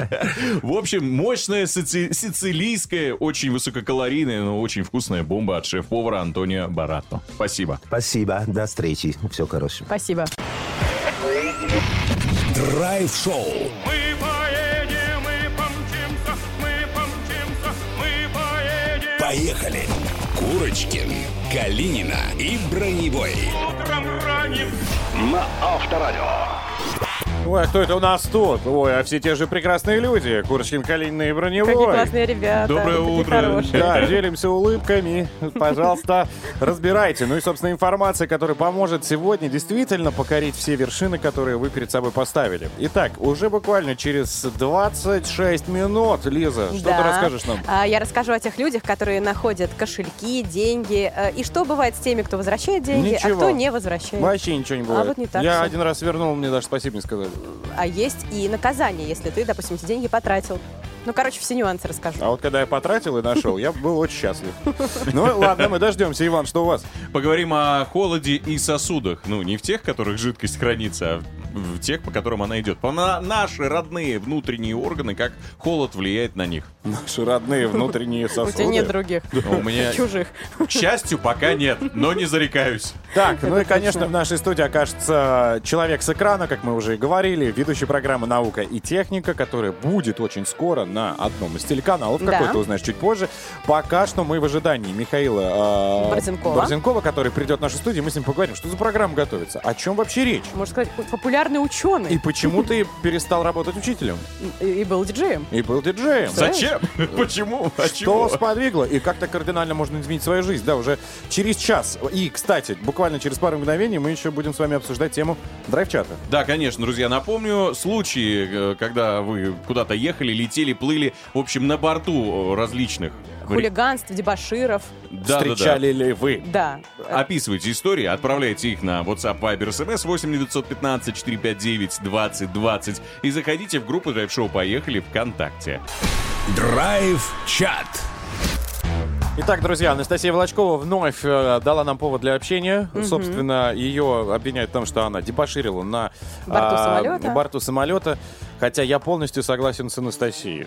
В общем, мощная сици- сицилийская, очень высококалорийная, но очень вкусная бомба от шеф-повара Антонио Баратто. Спасибо. Спасибо, до встречи. Все хорошо. Спасибо. Драйв-шоу. Мы поедем, мы помчимся, мы помчимся, мы поедем. Поехали. Курочкин, Калинина и Броневой. Утром ранним. На Авторадио. Ой, а кто это у нас тут? Ой, а все те же прекрасные люди. Курочкин, Калинина и Броневой. Какие классные ребята. Доброе такие утро. хорошие. Да, делимся улыбками. Пожалуйста, разбирайте. Ну и, собственно, информация, которая поможет сегодня действительно покорить все вершины, которые вы перед собой поставили. Итак, уже буквально через двадцать шесть минут, Лиза, что Да. ты расскажешь нам? А, Я расскажу о тех людях, которые находят кошельки, деньги. э, И что бывает с теми, кто возвращает деньги, Ничего. а кто не возвращает. Вообще ничего не бывает. вот не так Я всё. один раз вернул, мне даже спасибо не сказали. А есть и наказание, если ты, допустим, эти деньги потратил. Ну, короче, все нюансы расскажу. А вот когда я потратил и нашел, я был очень счастлив. Ну, ладно, мы дождемся. Иван, что у вас? Поговорим о холоде и сосудах. Ну, не в тех, в которых жидкость хранится, а в тех, по которым она идет. На наши родные внутренние органы, как холод влияет на них. Наши родные внутренние У сосуды. тебя нет других. У меня, Чужих. к счастью, пока нет, но не зарекаюсь. Так, ну и, конечно, в нашей студии окажется человек с экрана, как мы уже и говорили, ведущий программы «Наука и техника», которая будет очень скоро на одном из телеканалов. Да. Какой ты узнаешь чуть позже. Пока что мы в ожидании Михаила э, Борзенкова. Борзенкова, который придет в нашу студию, мы с ним поговорим, что за программа готовится, о чем вообще речь. Можно сказать, популярный ученый. И почему ты перестал работать учителем? И, и был диджеем. И был диджеем. Зачем? Почему? А Что чего? сподвигло и как-то кардинально можно изменить свою жизнь? Да, уже через час. И, кстати, буквально через пару мгновений мы еще будем с вами обсуждать тему драйв-чата. Да, конечно, друзья, напомню, случаи, э, когда вы куда-то ехали, летели, плыли, в общем, на борту различных... Хулиганств, дебоширов. Да, Встречали ли вы? Да. Описывайте истории, отправляйте их на WhatsApp, Viber, эс эм эс восемь девятьсот пятнадцать четыреста пятьдесят девять двадцать двадцать и заходите в группу Drive Show «Поехали» ВКонтакте. Драйв-чат. Итак, друзья, Анастасия Волочкова вновь э, дала нам повод для общения. Собственно, ее обвиняют в том, что она дебоширила на Борту а, самолета. борту самолета. Хотя я полностью согласен с Анастасией.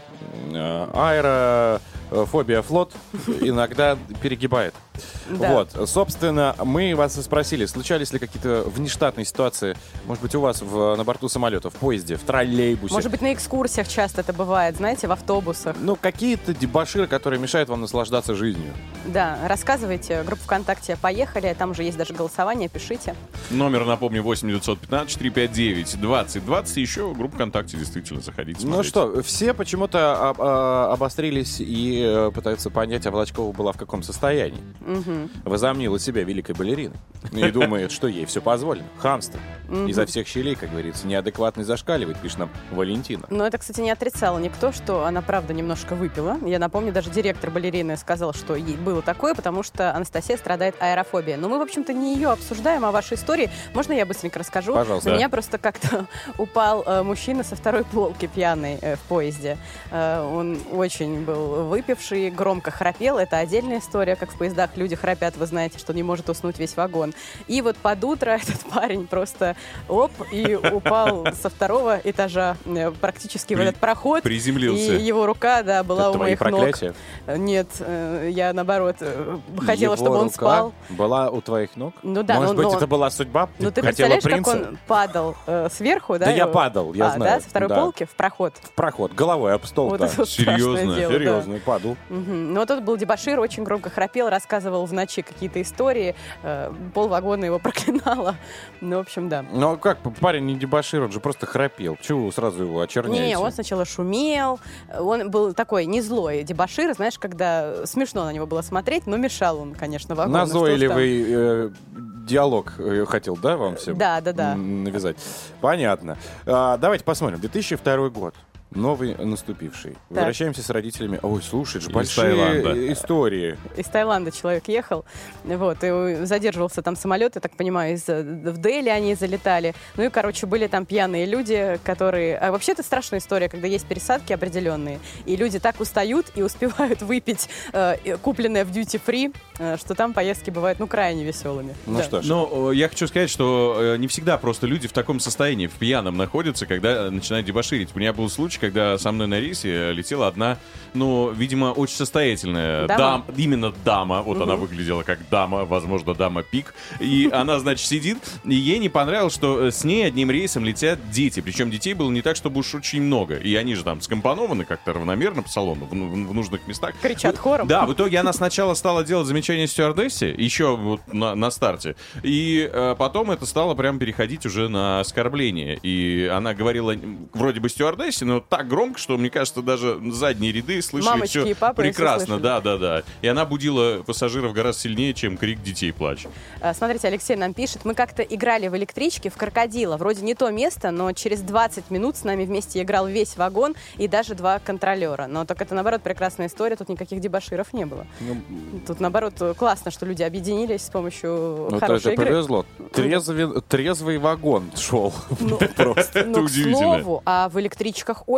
Э, аэрофобия флот иногда перегибает. Да. Вот, собственно, мы вас спросили, случались ли какие-то внештатные ситуации, может быть, у вас в, на борту самолета, в поезде, в троллейбусе? Может быть, на экскурсиях часто это бывает, знаете, в автобусах. Ну, какие-то дебоширы, которые мешают вам наслаждаться жизнью. Да, рассказывайте. Группа ВКонтакте «Поехали». Там уже есть даже голосование, пишите. Номер, напомню, восемь девятьсот пятнадцать четыреста пятьдесят девять двадцать двадцать. И еще группа ВКонтакте, действительно, заходите, Ну смотрите. что, все почему-то об- а, обострились и э, пытаются понять, а Волочкова была в каком состоянии. Возомнила себя великой балериной и думает, что ей все позволено. Хамство. Изо всех щелей, как говорится, неадекватный зашкаливает, пишет нам Валентина. Но это, кстати, не отрицало никто, что она, правда, немножко выпила. Я напомню, даже директор балерины сказал, что ей было такое, потому что Анастасия страдает аэрофобией. Но мы, в общем-то, не ее обсуждаем, а ваши истории. Можно я быстренько расскажу? Пожалуйста. На Да. меня просто как-то упал э, мужчина со второй полки пьяный э, в поезде. Э, он очень был выпивший, громко храпел. Это отдельная история, как в поездах люди храпят, вы знаете, что не может уснуть весь вагон. И вот под утро этот парень просто оп, и упал со второго этажа э, практически в При- этот проход. приземлился. И его рука, да, была Это у твои моих проклятия? ног. Нет, э, я наоборот э, хотела, Его чтобы он рука спал. была у твоих ног? Ну да, Может но- быть, но- это была судьба? Ну ты Хотела представляешь, принца? как он падал э, сверху, да? Да я его? падал, я а, знаю. да, со второй Да. полки в проход. В проход, головой об стол. Вот да. это вот страшное Серьезно? дело, да. Серьезно, падал. Мгм. Ну, вот тут был дебошир, очень громко храпел, рассказывал в ночи какие-то истории, э, полвагона его проклинало. Ну, в общем, да. Ну а как, парень не дебошир, он же просто храпел. Чего вы сразу его очерняете? Не, он сначала шумел, он был такой не злой дебошир, знаешь, когда смешно на него было смотреть, но мешал он, конечно, вагону. Что уж там. Назойливый э, диалог э, хотел, да, вам всем? Да, да, да. м, навязать. Понятно. А, давайте посмотрим. две тысячи второй год. Новый наступивший. Возвращаемся с родителями. Ой, слушай, это же Из большие Таиланда. истории. Из Таиланда человек ехал, вот, и задерживался там самолет, я так понимаю, из, в Дели они залетали. Ну и, короче, были там пьяные люди, которые... А вообще это страшная история, когда есть пересадки определенные, и люди так устают и успевают выпить э, купленное в дьюти-фри, э, что там поездки бывают, ну, крайне веселыми. Ну Да. что ж. Но э, я хочу сказать, что э, не всегда просто люди в таком состоянии, в пьяном находятся, когда начинают дебоширить. У меня был случай, когда со мной на рейсе летела одна, ну, видимо, очень состоятельная Дама? дам, именно дама, вот она выглядела как дама, возможно, дама пик, и она, значит, сидит, и ей не понравилось, что с ней одним рейсом летят дети, причем детей было не так, чтобы уж очень много, и они же там скомпонованы как-то равномерно по салону, в, в- в нужных местах. Кричат хором. Да, в итоге она сначала стала делать замечания стюардессе, еще вот на, на старте, и э, потом это стало прям переходить уже на оскорбление. И она говорила м, вроде бы стюардессе, но так громко, что, мне кажется, даже задние ряды слышали Мамочки все и папы всё прекрасно. слышали. Да, да, да. И она будила пассажиров гораздо сильнее, чем крик детей плач. А, Смотрите, Алексей нам пишет, мы как-то играли в электричке в крокодила. Вроде не то место, но через двадцать минут с нами вместе играл весь вагон и даже два контролера. Но так это, наоборот, прекрасная история, тут никаких дебоширов не было. Тут, наоборот, классно, что люди объединились с помощью Ну, это, хорошей это игры. повезло. Трезвый, трезвый вагон шел. Ну, Просто. но, к удивительно. слову, а в электричках очень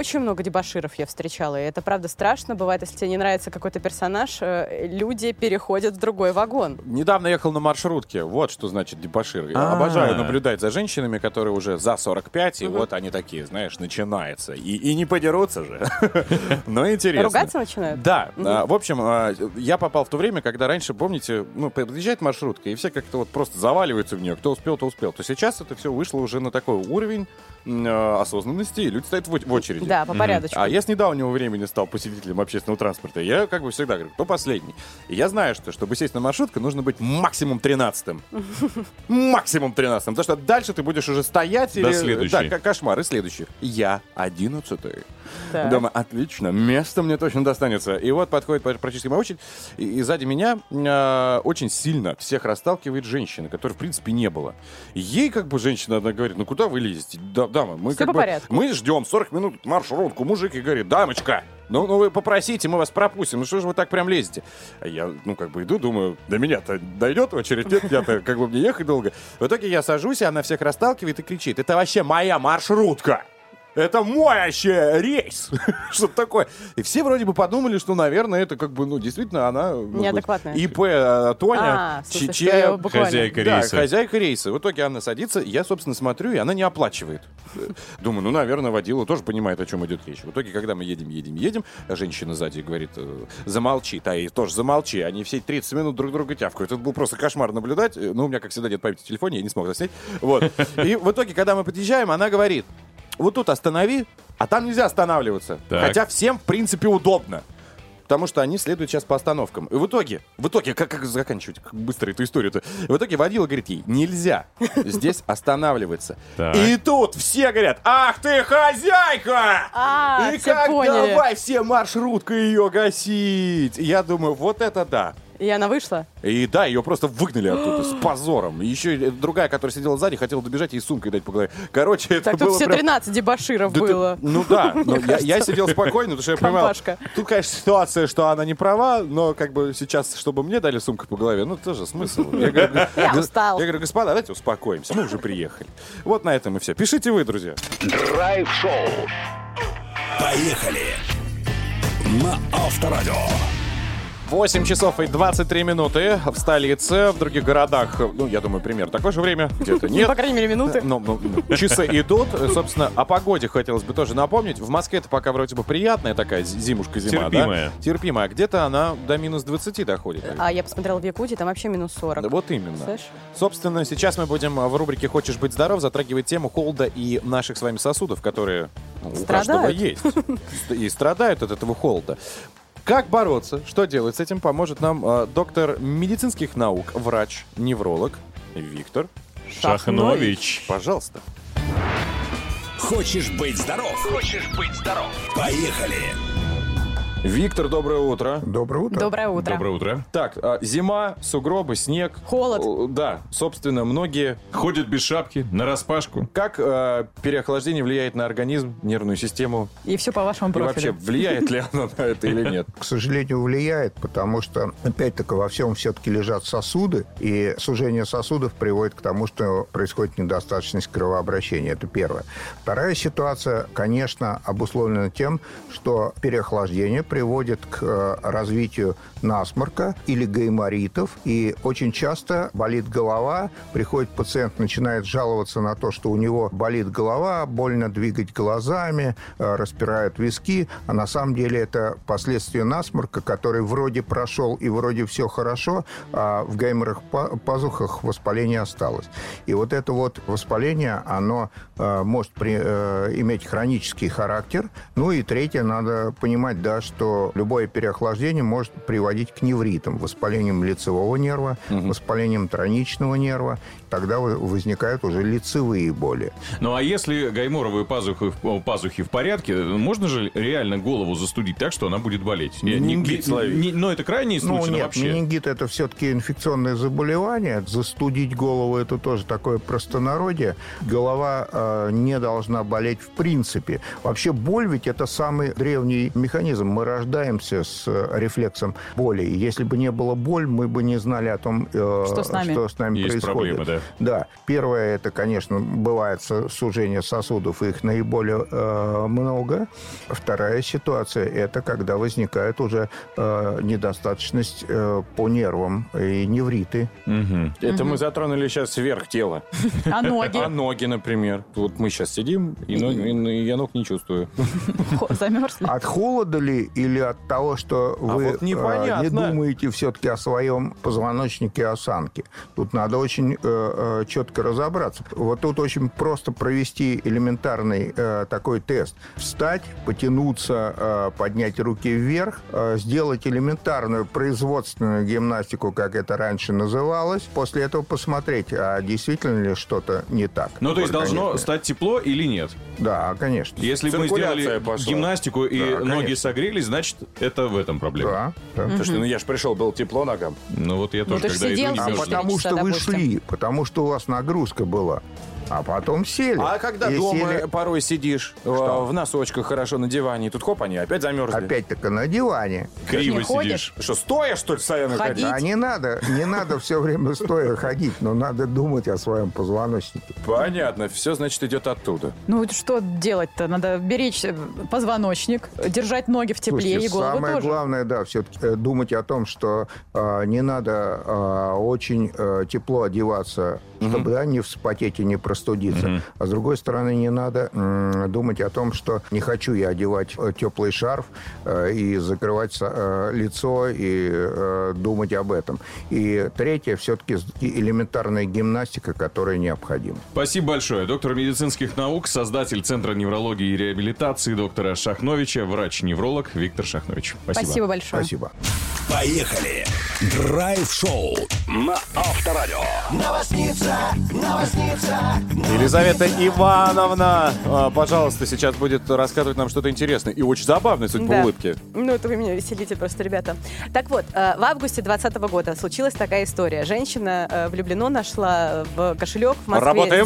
очень много дебоширов я встречала, и это правда страшно. Бывает, если тебе не нравится какой-то персонаж, э, люди переходят в другой вагон. Недавно ехал на маршрутке. Вот что значит дебошир. Я А-а-а. обожаю наблюдать за женщинами, которые уже за сорок пять, и вот они такие, знаешь, начинается. И, и не подерутся же. Но интересно. Ругаться начинают? Да. А, в общем, а, я попал в то время, когда раньше, помните, ну, подъезжает маршрутка, и все как-то вот просто заваливаются в нее. Кто успел, то успел. То сейчас это все вышло уже на такой уровень э, осознанности, и люди стоят в, в очереди. Да, по порядочку. А я с недавнего времени стал посетителем общественного транспорта. Я как бы всегда говорю, кто последний. И я знаю, что чтобы сесть на маршрутку, нужно быть максимум тринадцатым. Максимум тринадцатым. Потому что дальше ты будешь уже стоять. До или... следующей. Да, кошмар. И следующий. Я одиннадцатый. Так. Думаю, отлично, место мне точно достанется. И вот подходит практически моя очередь, и, и сзади меня э, очень сильно всех расталкивает женщина, которой, в принципе, не было. Ей, как бы, женщина одна говорит, ну куда вы лезете? Да, дама, мы Всё как по бы, порядку. мы ждем сорок минут маршрутку. Мужик и говорит, дамочка, ну, ну вы попросите, мы вас пропустим. Ну что же вы так прям лезете? А я, ну, как бы иду, думаю, до меня-то дойдет очередь, нет, я-то как бы мне ехать долго. В итоге я сажусь, и она всех расталкивает и кричит, это вообще моя маршрутка! Это мой вообще рейс! Что-то такое. И все вроде бы подумали, что, наверное, это как бы, ну, действительно, она... Неадекватная. ИП э, Тоня. А, в смысле, ч- что чья- её буквально- Хозяйка Да, рейса. хозяйка рейса. В итоге она садится, я, собственно, смотрю, и она не оплачивает. Думаю, ну, наверное, водила тоже понимает, о чем идет речь. В итоге, когда мы едем, едем, едем, а женщина сзади говорит, э, замолчи, та и тоже замолчи. Они все тридцать минут друг друга тявкают. Это был просто кошмар наблюдать. Ну, у меня, как всегда, нет памяти в телефоне, я не смог заснять. Вот. И в итоге, когда мы подъезжаем, она говорит, вот тут останови, а там нельзя останавливаться. Так. Хотя всем, в принципе, удобно. Потому что они следуют сейчас по остановкам. И в итоге, в итоге, как, как заканчивать как быстро эту историю-то? В итоге водила говорит ей, нельзя здесь останавливаться. Так. И тут все говорят, ах ты хозяйка! А, И все как поняли. давай все маршруткой ее гасить. И я думаю, вот это да. И она вышла? И да, ее просто выгнали оттуда с позором. И еще и другая, которая сидела сзади, хотела добежать ей сумкой дать по голове. Короче, это Так тут было все прям... тринадцать дебоширов Да ты- было. ну да, но я, я сидел спокойно, потому что я понимал, Компашка. тут, конечно, ситуация, что она не права, но как бы сейчас, чтобы мне дали сумку по голове, ну тоже смысл. Я говорю, Я г- устал. Я говорю, господа, давайте успокоимся, мы уже приехали. Вот на этом и все. Пишите вы, друзья. Драйв-шоу. Поехали. На Авторадио. восемь часов и двадцать три минуты в столице, в других городах, ну, я думаю, примерно такое же время, где-то нет. По крайней мере, минуты. Ну, ну, ну, часы идут. Собственно, о погоде хотелось бы тоже напомнить. В Москве-то пока вроде бы приятная такая зи- зимушка-зима, Терпимая. да? Терпимая. А где-то она до минус двадцати доходит. А я посмотрела в Якутии, там вообще минус сорок. Да, вот именно. Слышь? Собственно, сейчас мы будем в рубрике «Хочешь быть здоров» затрагивать тему холода и наших с вами сосудов, которые ну, у каждого Страдают. есть. И страдают от этого холода. Как бороться, что делать с этим, поможет нам э, доктор медицинских наук, врач, невролог Виктор. Шахнович. Пожалуйста. Хочешь быть здоров? Хочешь быть здоров? Поехали. Виктор, доброе утро. Доброе утро. Доброе утро. Доброе утро. Так, а, зима, сугробы, снег. Холод. О, Да, собственно, многие... Ходят без шапки, нараспашку. Как э, переохлаждение влияет на организм, нервную систему? И все по вашему И вообще, профилю. влияет ли оно на это или нет? К сожалению, влияет, потому что, опять-таки, во всем все-таки лежат сосуды, и сужение сосудов приводит к тому, что происходит недостаточность кровообращения. Это первое. Вторая ситуация, конечно, обусловлена тем, что переохлаждение приводит к э, развитию насморка или гайморитов, и очень часто болит голова, приходит пациент, начинает жаловаться на то, что у него болит голова, больно двигать глазами, э, распирают виски, а на самом деле это последствия насморка, который вроде прошел и вроде все хорошо, а в гайморовых па- пазухах воспаление осталось. И вот это вот воспаление, оно э, может при- э, иметь хронический характер. Ну и третье, надо понимать, да, что любое переохлаждение может приводить к невритам, воспалениям лицевого нерва, угу. воспалениям тройничного нерва. Тогда возникают уже лицевые боли. Ну а если гайморовые пазухи, пазухи в порядке, можно же реально голову застудить так, что она будет болеть? Не- не- Менингит не- словить. не- Но это крайний Ну, случай, но нет, вообще. менингит – это все-таки инфекционное заболевание. Застудить голову – это тоже такое простонародье. Голова э, не должна болеть в принципе. Вообще боль ведь – это самый древний механизм. Мы рождаемся с рефлексом боли. И если бы не было боль, мы бы не знали о том, э, что с нами, что с нами Есть происходит. проблемы, да. Да. Первое, это, конечно, бывает сужение сосудов, их наиболее э, много. Вторая ситуация, это когда возникает уже э, недостаточность э, по нервам и невриты. Угу. Это мы затронули сейчас верх тела. А ноги? А ноги, например. Вот мы сейчас сидим, и, ног, и я ног не чувствую. Замерзли? От холода ли или от того, что вы вот непонятно. э, не думаете все-таки о своем позвоночнике, осанке? Тут надо очень э, э, четко разобраться. Вот тут очень просто провести элементарный э, такой тест. Встать, потянуться, э, поднять руки вверх, э, сделать элементарную производственную гимнастику, как это раньше называлось. После этого посмотреть, а действительно ли что-то не так. Ну, то есть в должно организме. стать тепло или нет? Да, конечно. Если мы Циркуляция сделали пошла. гимнастику и Да, ноги конечно. согрелись, значит, это в этом проблема. Да, да. Слушай, ну я же пришел, было тепло ногам. Ну, вот я Ну, тоже, ты ж когда сидел, иду, не А сидел. мерзну. потому часа, что вы допустим. шли, потому что у вас нагрузка была. А потом сели. А когда И дома сели порой сидишь Что? э, в носочках хорошо на диване, и тут хоп, они опять замерзли. опять-таки на диване. Криво не ходишь? сидишь. Что, стоя, что ли, постоянно Ходить? ходить? А не надо, не надо все время стоя ходить, но надо думать о своем позвоночнике. Понятно, все, значит, идет оттуда. Ну, что делать-то? Надо беречь э, позвоночник, держать ноги в тепле, Слушайте, и голову самое тоже. главное, да, все-таки думать о том, что э, не надо э, очень э, тепло одеваться, чтобы да, не вспотеть и не простудиться. А с другой стороны, не надо м, думать о том, что не хочу я одевать э, теплый шарф э, и закрывать э, лицо и э, думать об этом. И третье, все-таки элементарная гимнастика, которая необходима. Спасибо большое. Доктор медицинских наук, создатель Центра неврологии и реабилитации доктора Шахновича, врач-невролог Виктор Шахнович. Спасибо. Спасибо большое. Спасибо. Поехали! Драйв-шоу на Авторадио. Новосница, новосница. Елизавета Ивановна, а, пожалуйста, сейчас будет рассказывать нам что-то интересное и очень забавное, судя по Да. улыбке. Ну, это вы меня веселите просто, ребята. Так вот, э, в августе двадцатого года случилась такая история. Женщина э, влюблено нашла в кошелек в Москве. Работаем. с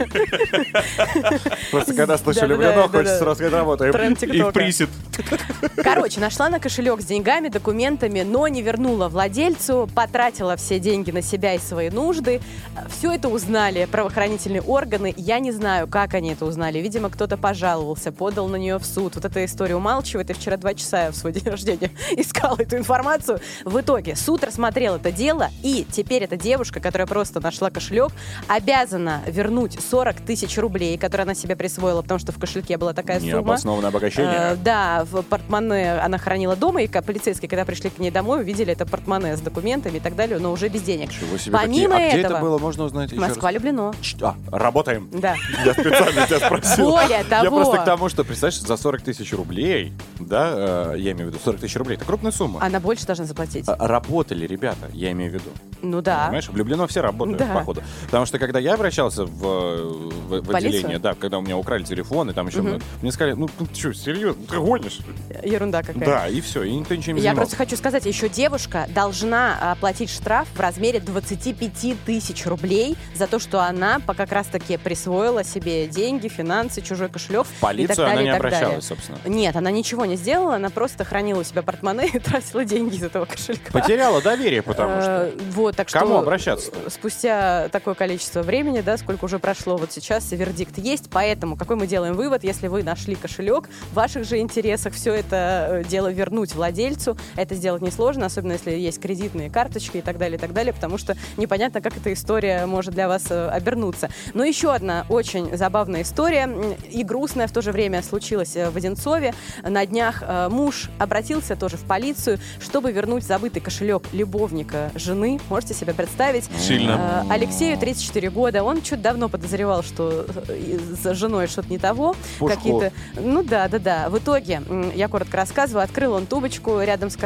деньгами. Просто когда слышу Да-да-да, влюблено, да-да. хочется сразу сказать, работаем. Тренд И в ТикТока. присед. Короче, нашла на кошелек с деньгами, документами, но не вернула владельцу, потратила все деньги на себя и свои нужды. Все это узнали правоохранительные органы. Я не знаю, как они это узнали. Видимо, кто-то пожаловался, подал на нее в суд. Вот эта история умалчивает. И вчера два часа я в свой день рождения искала эту информацию. В итоге суд рассмотрел это дело, и теперь эта девушка, которая просто нашла кошелек, обязана вернуть сорок тысяч рублей, которые она себе присвоила, потому что в кошельке была такая сумма. Необоснованное обогащение. Э, да, в портмоне она хранила дома, и ка- полицейские, когда пришли к ней домой, увидели это портмоне с документами и так далее, но уже без денег. Чего себе, Помимо какие- А где этого, это было, можно узнать еще Москва люблено. раз? А, работаем. Да. Я специально тебя спросил. Более Я того- просто к тому, что, представляешь, за сорок тысяч рублей, да, э, я имею в виду, сорок тысяч рублей, это крупная сумма. Она больше должна заплатить. А, Работали ребята, я имею в виду. Ну да. Понимаешь, влюблено все работают, Да. походу. Потому что, когда я обращался в, в, в Полицию? отделение, да, когда у меня украли телефон, и там еще... Мгм. Мне сказали, ну, ты что, серьезно, ты гонишь? Ерунда какая. Да, и все, и никто ничем не Я занимался. просто хочу сказать, еще девушка должна оплатить штраф в размере двадцать пять тысяч рублей за то, что она по- как раз-таки присвоила себе деньги, финансы, чужой кошелек. В полицию и так далее, она не и так далее. обращалась, собственно. Нет, она ничего не сделала, она просто хранила у себя портмоне и тратила деньги из этого кошелька. Потеряла доверие, потому что... Э, Вот, так что... Кому обращаться-то? Спустя такое количество времени, да, сколько уже прошло, вот сейчас вердикт есть, поэтому какой мы делаем вывод, если вы нашли кошелек, в ваших же интересах все это э, дело вернуть владельцу, это сделать несложно, особенно если есть кредитные карточки и так далее, и так далее, потому что непонятно, как эта история может для вас э, обернуться. Но еще одна очень забавная история м, и грустная в то же время случилась э, в Одинцове. На днях э, муж обратился тоже в полицию, чтобы вернуть забытый кошелек любовника жены. Можете себе представить? Сильно. Э, Алексею тридцать четыре года. Он чуть давно подозревал, что э, с женой что-то не того. Пушко. Какие-то... Ну да, да, да. В итоге, м, я коротко рассказываю, открыл он тубочку рядом с кроватью,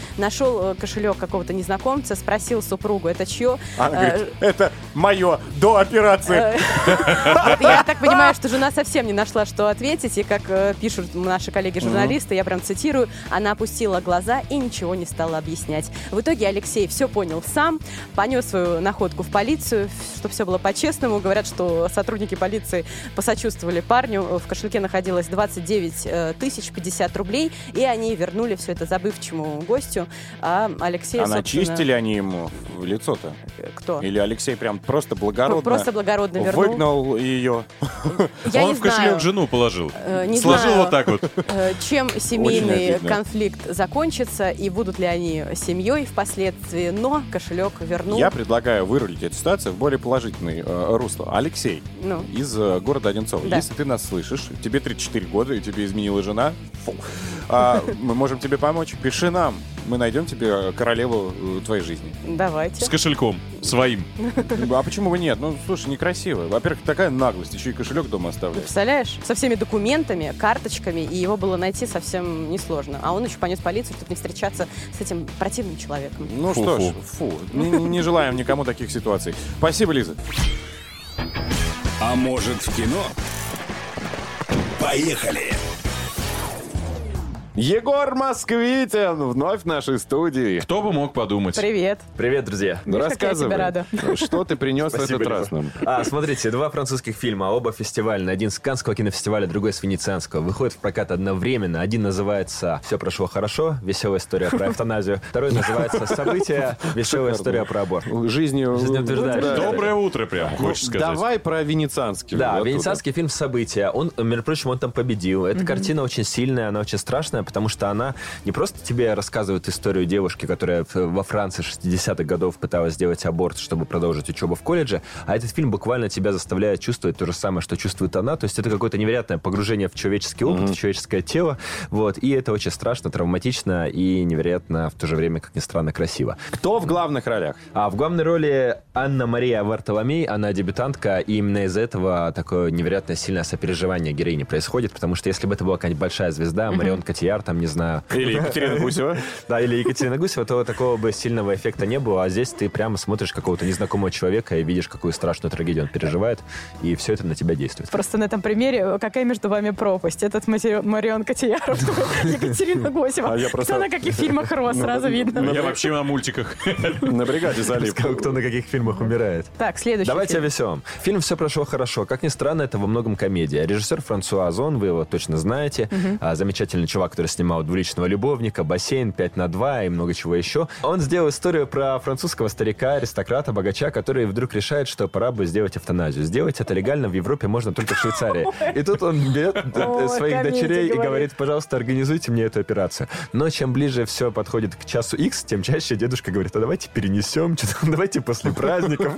нашел кошелек какого-то незнакомца, спросил супругу, это чье? Она говорит, это мое до операции. Я так понимаю, что жена совсем не нашла, что ответить, и как э, пишут наши коллеги-журналисты, я прям цитирую, она опустила глаза и ничего не стала объяснять. В итоге Алексей все понял сам, понес свою находку в полицию, чтобы все было по-честному. Говорят, что сотрудники полиции посочувствовали парню. В кошельке находилось двадцать девять тысяч пятьдесят рублей, и они вернули все это забывчивому гостю. А Алексей, А собственно... начистили они ему в лицо-то? Кто? Или Алексей прям просто благородно Просто благородно вернул. выгнал ее? Я Он не в кошелек знаю. жену положил. Э, не Сложил знаю, вот так вот. э, чем семейный обидно. конфликт закончится и будут ли они семьей впоследствии, но кошелек вернул. Я предлагаю вырулить эту ситуацию в более положительное э, русло. Алексей Ну. из э, города Одинцово. Да. Если ты нас слышишь, тебе тридцать четыре года, и тебе изменила жена, фу, а, мы можем тебе помочь. Пиши нам. Мы найдем тебе королеву э, твоей жизни. Давайте. С кошельком своим. А почему бы нет? Ну, слушай, некрасиво. Во-первых, такая наглость. Еще и кошелек дома оставлять. Представляешь? Со всеми документами, карточками, и его было найти совсем несложно. А он еще понес в полицию, чтобы не встречаться с этим противным человеком. Ну что ж, фу. Не, не желаем никому таких ситуаций. Спасибо, Лиза. А может, в кино? Поехали! Егор Москвитин вновь в нашей студии. Кто бы мог подумать? Привет. Привет, друзья. Ну, Видишь, как я рассказывай, тебе рада. что ты принес в Спасибо, этот раз Лиза. нам? А, смотрите, два французских фильма, оба фестивальные. Один с Каннского кинофестиваля, другой с Венецианского. Выходят в прокат одновременно. Один называется «Все прошло хорошо», веселая история про эвтаназию. Второй называется «События», веселая история про аборт. Жизнью... Жизнеутверждающая. Доброе утро, прям, хочешь сказать. Давай про венецианский. Да, Вот венецианский фильм «События». Он, между прочим, он там победил. Эта картина очень сильная, она очень страшная, потому что она не просто тебе рассказывает историю девушки, которая во Франции шестидесятых годов пыталась сделать аборт, чтобы продолжить учебу в колледже, а этот фильм буквально тебя заставляет чувствовать то же самое, что чувствует она. То есть это какое-то невероятное погружение в человеческий опыт, mm-hmm. в человеческое тело. Вот. И это очень страшно, травматично и невероятно в то же время, как ни странно, красиво. Кто в главных ролях? А в главной роли Анна-Мария Вартоломей, она дебютантка, и именно из-за этого такое невероятно сильное сопереживание героини происходит, потому что если бы это была какая-нибудь большая звезда, Марион Котийяр, там, не знаю... Или Екатерина Гусева. Да, или Екатерина Гусева, то такого бы сильного эффекта не было, а здесь ты прямо смотришь какого-то незнакомого человека и видишь, какую страшную трагедию он переживает, и все это на тебя действует. Просто на этом примере, какая между вами пропасть? Этот Мари- Марион Котийяр, Екатерина Гусева. А я просто- Кто на каких фильмах рос, сразу видно. Я вообще на мультиках. На бригаде залип. Кто на каких фильмах умирает. Так, следующий Давайте о фильм. веселом. Фильм «Все прошло хорошо». Как ни странно, это во многом комедия. Режиссер Франсуа Озон, вы его точно знаете. А, замечательный чувак, который снимал «Двуличного любовника», «Бассейн», «пять на два» и много чего еще. Он сделал историю про французского старика, аристократа, богача, который вдруг решает, что пора бы сделать эвтаназию. Сделать это легально в Европе можно только в Швейцарии. И тут он берет Ой, своих комедия, дочерей и говорит. говорит: пожалуйста, организуйте мне эту операцию. Но чем ближе все подходит к часу X, тем чаще дедушка говорит: а давайте перенесем, что-то, давайте после праздников.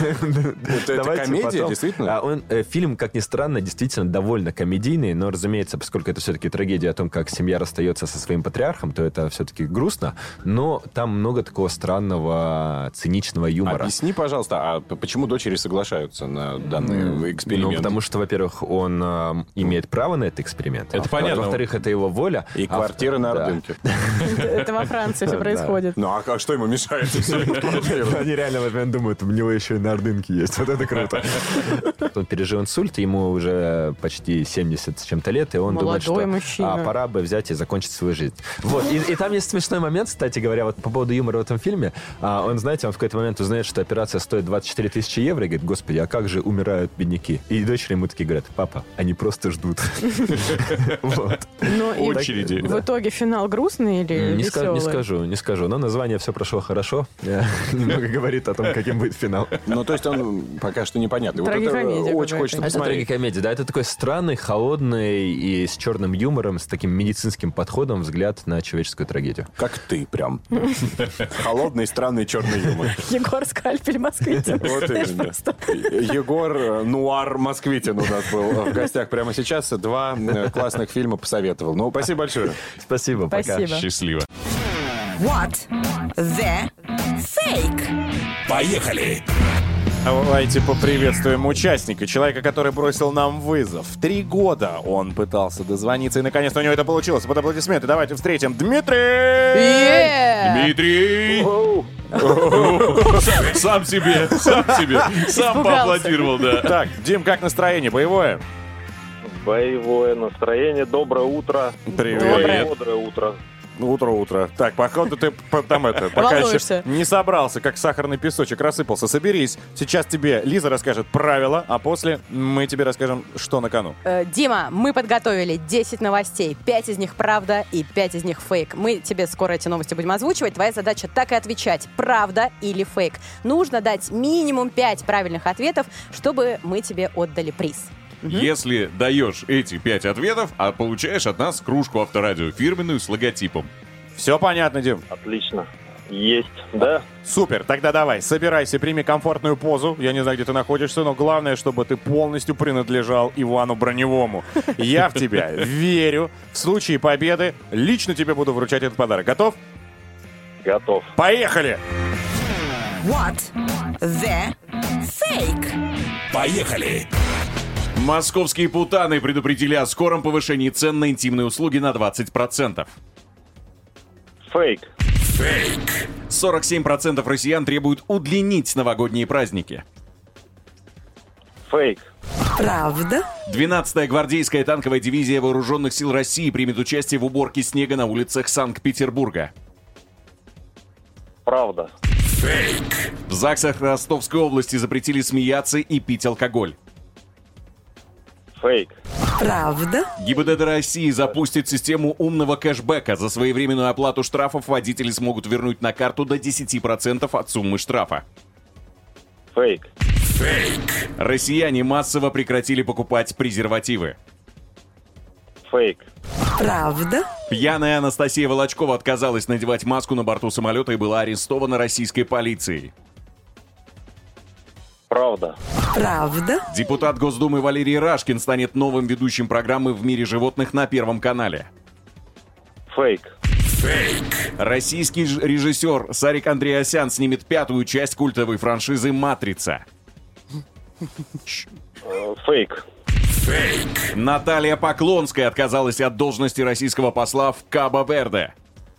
Это Давайте комедия, потом. действительно? А он, э, фильм, как ни странно, действительно довольно комедийный, но, разумеется, поскольку это все-таки трагедия о том, как семья расстается со своим патриархом, то это все-таки грустно, но там много такого странного, циничного юмора. Объясни, пожалуйста, а п- почему дочери соглашаются на данный эксперимент? Ну, потому что, во-первых, он э, имеет право на этот эксперимент. Это А, понятно. Во-вторых, это его воля. И А квартиры в- на да. Ордынке. Это во Франции все происходит. Ну, а а что ему мешает? Они реально в этот момент думают, у него еще и на Ордынке есть. Вот это круто. Он пережил инсульт, ему уже почти семьдесят с чем-то лет, и он думает, Молодой что мужчина. а, пора бы взять и закончить свою жизнь. Вот. И, и там есть смешной момент, кстати говоря, вот по поводу юмора в этом фильме. А, он, знаете, он в какой-то момент узнает, что операция стоит двадцать четыре тысячи евро, и говорит: господи, а как же умирают бедняки? И дочери ему такие говорят: папа, они просто ждут. Вот. Ну, и Очереди. в итоге финал грустный или Не ска- веселый? не скажу, не скажу. Но название «Все прошло хорошо» э, немного говорит о том, каким будет финал. Ну, то есть он пока что непонятный. Вот это Трагикомедия очень какая-то. хочется Это посмотреть. трагикомедия, да, это такой странный, холодный и с черным юмором, с таким медицинским подходом взгляд на человеческую трагедию. Как ты прям. Холодный, странный, черный юмор. Егор Скальпель, Москвитин. Вот Знаешь, именно. просто. Егор э, Нуар Москвитин у нас был в гостях прямо сейчас. Два э, классных фильма посоветовал. Ну, спасибо большое. Спасибо, пока. Спасибо. Счастливо. What the fake? Поехали! Давайте поприветствуем участника, человека, который бросил нам вызов. Три года он пытался дозвониться, и наконец-то у него это получилось. Под аплодисменты давайте встретим Дмитрий! Yeah! Дмитрий! Сам себе, сам себе, сам поаплодировал, да. Так, Дим, как настроение? Боевое? Боевое настроение. Доброе утро. Привет. Бодрое утро. Утро-утро. Так, походу ты по- там это, пока еще Волнуешься. не собрался, как сахарный песочек рассыпался. Соберись. Сейчас тебе Лиза расскажет правила, а после мы тебе расскажем, что на кону. Э, Дима, мы подготовили десять новостей. пять из них правда и пять из них фейк. Мы тебе скоро эти новости будем озвучивать. Твоя задача так и отвечать, правда или фейк. Нужно дать минимум пять правильных ответов, чтобы мы тебе отдали приз. Если даешь эти пять ответов, а получаешь от нас кружку Авторадио фирменную с логотипом. Все понятно, Дим? Отлично. Есть, да? Супер, тогда давай, собирайся, прими комфортную позу. Я не знаю, где ты находишься, но главное, чтобы ты полностью принадлежал Ивану Броневому. Я в тебя верю. В случае победы лично тебе буду вручать этот подарок. Готов? Готов. Поехали! What the fake? Поехали! Московские путаны предупредили о скором повышении цен на интимные услуги на двадцать процентов. Фейк. Фейк. сорок семь процентов россиян требуют удлинить новогодние праздники. Фейк. Правда? двенадцатая гвардейская танковая дивизия Вооруженных сил России примет участие в уборке снега на улицах Санкт-Петербурга. Правда. Фейк. В ЗАГСах Ростовской области запретили смеяться и пить алкоголь. Фейк. Правда? ГИБДД России запустит систему умного кэшбэка. За своевременную оплату штрафов водители смогут вернуть на карту до десять процентов от суммы штрафа. Фейк. Фейк. Россияне массово прекратили покупать презервативы. Фейк. Правда? Пьяная Анастасия Волочкова отказалась надевать маску на борту самолета и была арестована российской полицией. Правда. Правда? Депутат Госдумы Валерий Рашкин станет новым ведущим программы «В мире животных» на Первом канале. Фейк. Фейк. Российский ж- режиссер Сарик Андреасян снимет пятую часть культовой франшизы «Матрица». Э, Фейк. Фейк. Наталья Поклонская отказалась от должности российского посла в Кабо-Верде.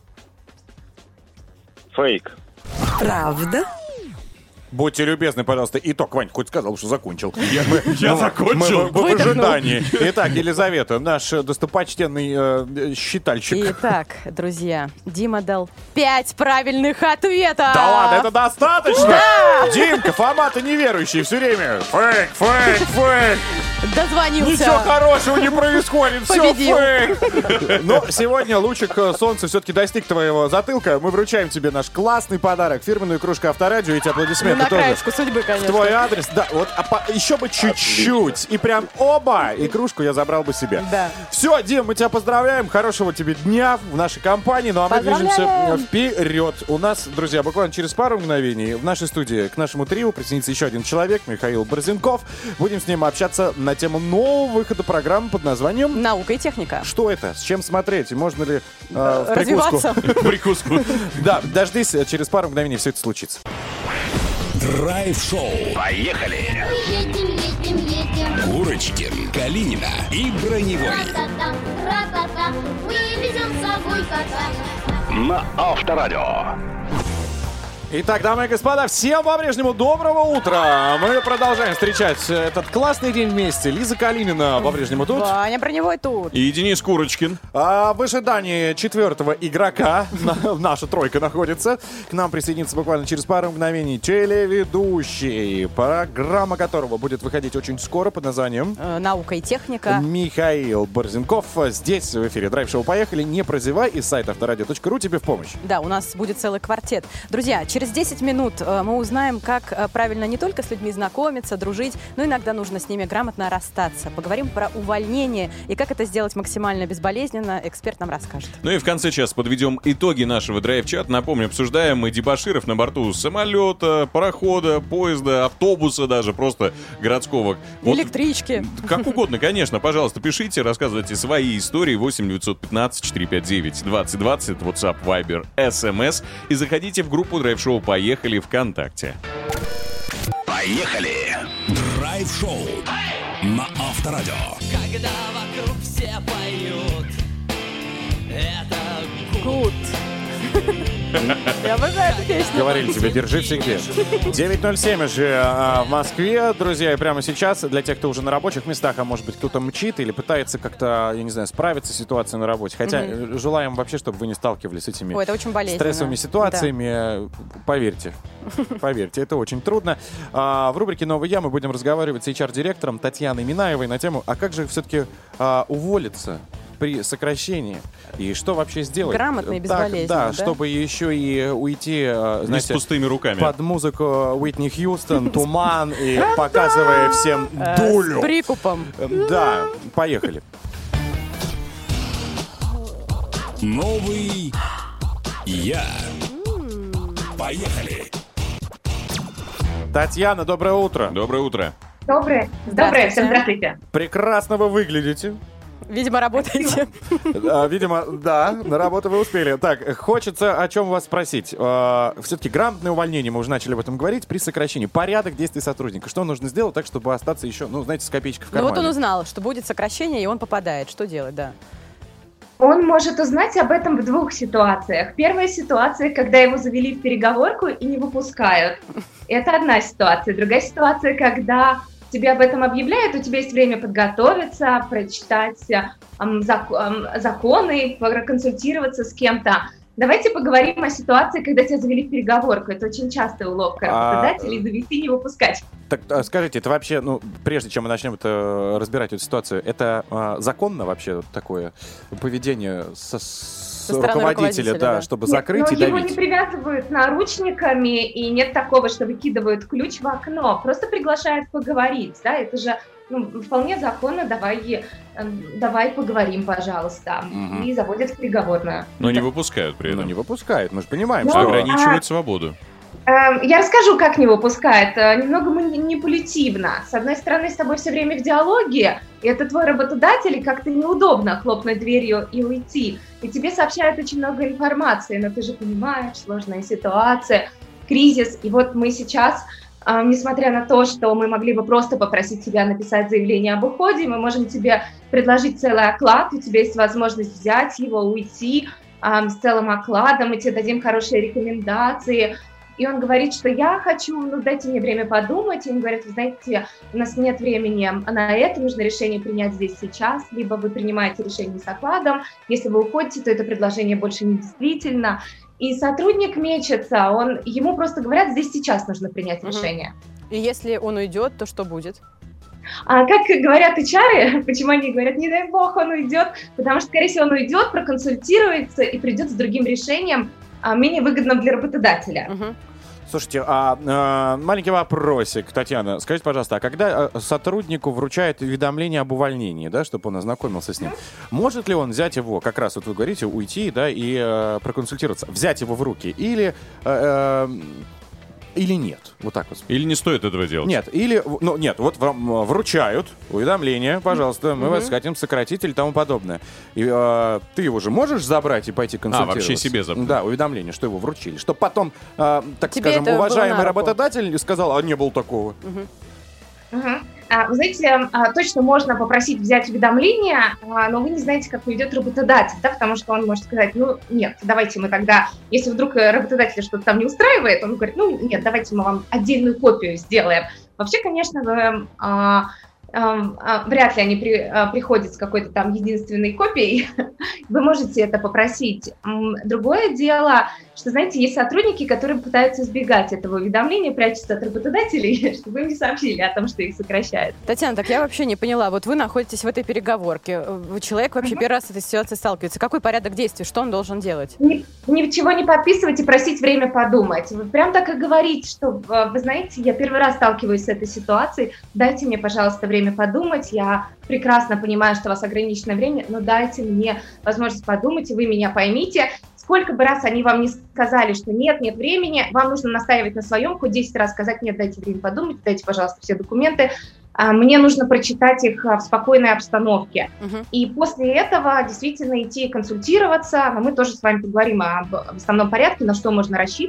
Фейк. Правда? Будьте любезны, пожалуйста. Итог, Вань, хоть сказал, что закончил. Я, я закончил. Мы, мы в ожидании. Итак, Елизавета, наш э, достопочтенный э, считальщик. Итак, друзья, Дима дал пять правильных ответов. Да ладно, это достаточно? Димка, Фома, ты неверующий все время. Фейк, фейк, фейк. Дозвонился. Ничего хорошего не происходит, все Победил. фейк. Но сегодня лучик э, солнца все-таки достиг твоего затылка. Мы вручаем тебе наш классный подарок. Фирменную кружку Авторадио. Эти аплодисменты Ну, на тоже. краешку судьбы, конечно. Твой адрес, да, вот а по- еще бы чуть-чуть. И прям оба, и кружку я забрал бы себе. Да. Все, Дим, мы тебя поздравляем. Хорошего тебе дня в нашей компании. Ну а мы движемся Поздравляем. вперед. У нас, друзья, буквально через пару мгновений в нашей студии к нашему трио присоединится еще один человек, Михаил Борзенков. Будем с ним общаться на тему нового выхода программы под названием Наука и техника. «Что это? С чем смотреть? И можно ли э, в прикуску?» Развиваться. Прикуску. Да, дождись, через пару мгновений все это случится. Драйв-шоу. Поехали! Едем, едем, едем. Курочкин, Калинина и Броневой. Ра-та-та, ра-та-та. Мы везем с собой кота. На Авторадио. Итак, дамы и господа, всем по-прежнему доброго утра! Мы продолжаем встречать этот классный день вместе. Лиза Калинина по-прежнему тут. Ваня Броневой тут. И Денис Курочкин. А в ожидании четвертого игрока на- наша тройка находится. К нам присоединится буквально через пару мгновений телеведущий, программа которого будет выходить очень скоро под названием Э, Наука и техника. Михаил Борзенков. Здесь в эфире Драйв-шоу «Поехали». Не прозевай, из сайта авторадио точка ру тебе в помощь. Да, у нас будет целый квартет. Друзья, через десять минут э, мы узнаем, как э, правильно не только с людьми знакомиться, дружить, но иногда нужно с ними грамотно расстаться. Поговорим про увольнение и как это сделать максимально безболезненно. Эксперт нам расскажет. Ну и в конце часа подведем итоги нашего драйв-чата. Напомню, обсуждаем мы дебоширов на борту самолета, парохода, поезда, автобуса даже, просто городского. Вот Электрички. как угодно, конечно. Пожалуйста, пишите, рассказывайте свои истории. восемь девятьсот пятнадцать четыреста пятьдесят девять двадцать двадцать, WhatsApp, Viber, эс эм эс. И заходите в группу Драйв-шоу «Поехали» ВКонтакте. Поехали! Драйв-шоу на Авторадио. Когда вокруг все поют, это Гуд. Я обожаю эту песню. Говорили тебе, держи в себе. девять ноль семь уже а, в Москве, друзья, и прямо сейчас, для тех, кто уже на рабочих местах, а может быть кто-то мчит или пытается как-то, я не знаю, справиться с ситуацией на работе. Хотя Мгм. желаем вообще, чтобы вы не сталкивались с этими Ой, это очень болезненно. стрессовыми ситуациями. Поверьте, поверьте, это очень трудно. А, в рубрике «Новый я» мы будем разговаривать с эйч ар-директором Татьяной Минаевой на тему, а как же все-таки а, уволиться при сокращении? И что вообще сделать? Грамотно и Так, безболезненно, да, да? чтобы еще и уйти, э, Не с знаете, пустыми руками. под музыку Уитни Хьюстон, «Туман», и показывая всем Э, дулю. С прикупом. Э, Да, поехали. Новый я. Поехали! Татьяна, доброе утро. Доброе утро. Доброе. Доброе. Всем здравствуйте. Прекрасно вы выглядите. Видимо, работаете. А, Видимо, да, на работу вы успели. Так, хочется о чем вас спросить. Все-таки грамотное увольнение, мы уже начали об этом говорить, при сокращении. Порядок действий сотрудника. Что нужно сделать так, чтобы остаться еще, ну, знаете, с копеечкой в Ну кармане? вот он узнал, что будет сокращение, и он попадает. Что делать, да? Он может узнать об этом в двух ситуациях. Первая ситуация, когда его завели в переговорку и не выпускают. Это одна ситуация. Другая ситуация, когда тебе об этом объявляют, у тебя есть время подготовиться, прочитать эм, зак- эм, законы, проконсультироваться с кем-то. Давайте поговорим о ситуации, когда тебя завели в переговорку. Это очень частая уловка А, работодателей — завести и не выпускать. Так а, скажите, это вообще, ну, прежде чем мы начнем это, разбирать эту ситуацию, это а, законно вообще такое поведение со, с стороны руководителя, руководителя, да, да. чтобы Нет, закрыть но и его давить? не привязывают наручниками, и нет такого, что выкидывают ключ в окно. Просто приглашают поговорить, да, это же ну, вполне законно. Давай, э, давай поговорим, пожалуйста, Мгм. и заводят в переговорную. Но не выпускают при этом. Ну, не выпускают, мы же понимаем, Ну, что... Ограничивают а- свободу. Эм, Я расскажу, как не выпускают. Э, Немного манипулятивно. С одной стороны, с тобой все время в диалоге, и это твой работодатель, и как-то неудобно хлопнуть дверью и уйти. И тебе сообщают очень много информации, но ты же понимаешь, сложная ситуация, кризис. И вот мы сейчас, э, несмотря на то, что мы могли бы просто попросить тебя написать заявление об уходе, мы можем тебе предложить целый оклад, у тебя есть возможность взять его, уйти э, с целым окладом, мы тебе дадим хорошие рекомендации. И он говорит, что я хочу, ну дайте мне время подумать. И он говорит, вы знаете, у нас нет времени на это, нужно решение принять здесь сейчас. Либо вы принимаете решение с окладом, если вы уходите, то это предложение больше не действительно. И сотрудник мечется, он, ему просто говорят, здесь сейчас нужно принять Мгм. решение. И если он уйдет, то что будет? А как говорят эйч ар, почему они говорят, не дай бог он уйдет, потому что, скорее всего, он уйдет, проконсультируется и придет с другим решением, а, менее выгодным для работодателя. Мгм. Слушайте, а, а, маленький вопросик, Татьяна. Скажите, пожалуйста, а когда а, сотруднику вручают уведомление об увольнении, да, чтобы он ознакомился с ним, может ли он взять его, как раз вот вы говорите, уйти, да, и э, проконсультироваться, взять его в руки, или, э, э, или нет? Вот так вот. Или не стоит этого делать? Нет, или, ну, нет, вот вам вручают уведомление, пожалуйста, мы Мгм. вас хотим сократить или тому подобное. И э, ты его же можешь забрать и пойти консультироваться? вообще себе забрать. Да, уведомление, что его вручили. Чтобы потом, э, так Тебе скажем, это было уважаемый на руку. работодатель сказал, а не было такого. Мгм. Мгм. А, Вы знаете, а, точно можно попросить взять уведомление, а, но вы не знаете, как уйдет работодатель, да, потому что он может сказать, ну, нет, давайте мы тогда, если вдруг э, работодателя что-то там не устраивает, он говорит, ну, нет, давайте мы вам отдельную копию сделаем. Вообще, конечно, вы, а, а, а, вряд ли они при- а, приходят с какой-то там единственной копией, вы можете это попросить. М, Другое дело, что, знаете, есть сотрудники, которые пытаются избегать этого уведомления, прячутся от работодателей, чтобы им не сообщили о том, что их сокращают. Татьяна, так я вообще не поняла. Вот вы находитесь в этой переговорке. Вы- Человек вообще первый раз с этой ситуацией сталкивается. Какой порядок действий? Что он должен делать? Ни- Ничего не подписывать и просить время подумать. Вы прям так и говорите, что, э, вы знаете, я первый раз сталкиваюсь с этой ситуацией, дайте мне, пожалуйста, время подумать, я прекрасно понимаю, что у вас ограниченное время, но дайте мне возможность подумать, и вы меня поймите. Сколько бы раз они вам не сказали, что нет, нет времени, вам нужно настаивать на своем, хоть десять раз сказать, нет, дайте время подумать, дайте, пожалуйста, все документы. А, Мне нужно прочитать их а, в спокойной обстановке. Мгм. И после этого действительно идти консультироваться. Но мы тоже с вами поговорим об, об основном порядке, на что можно рассчитывать.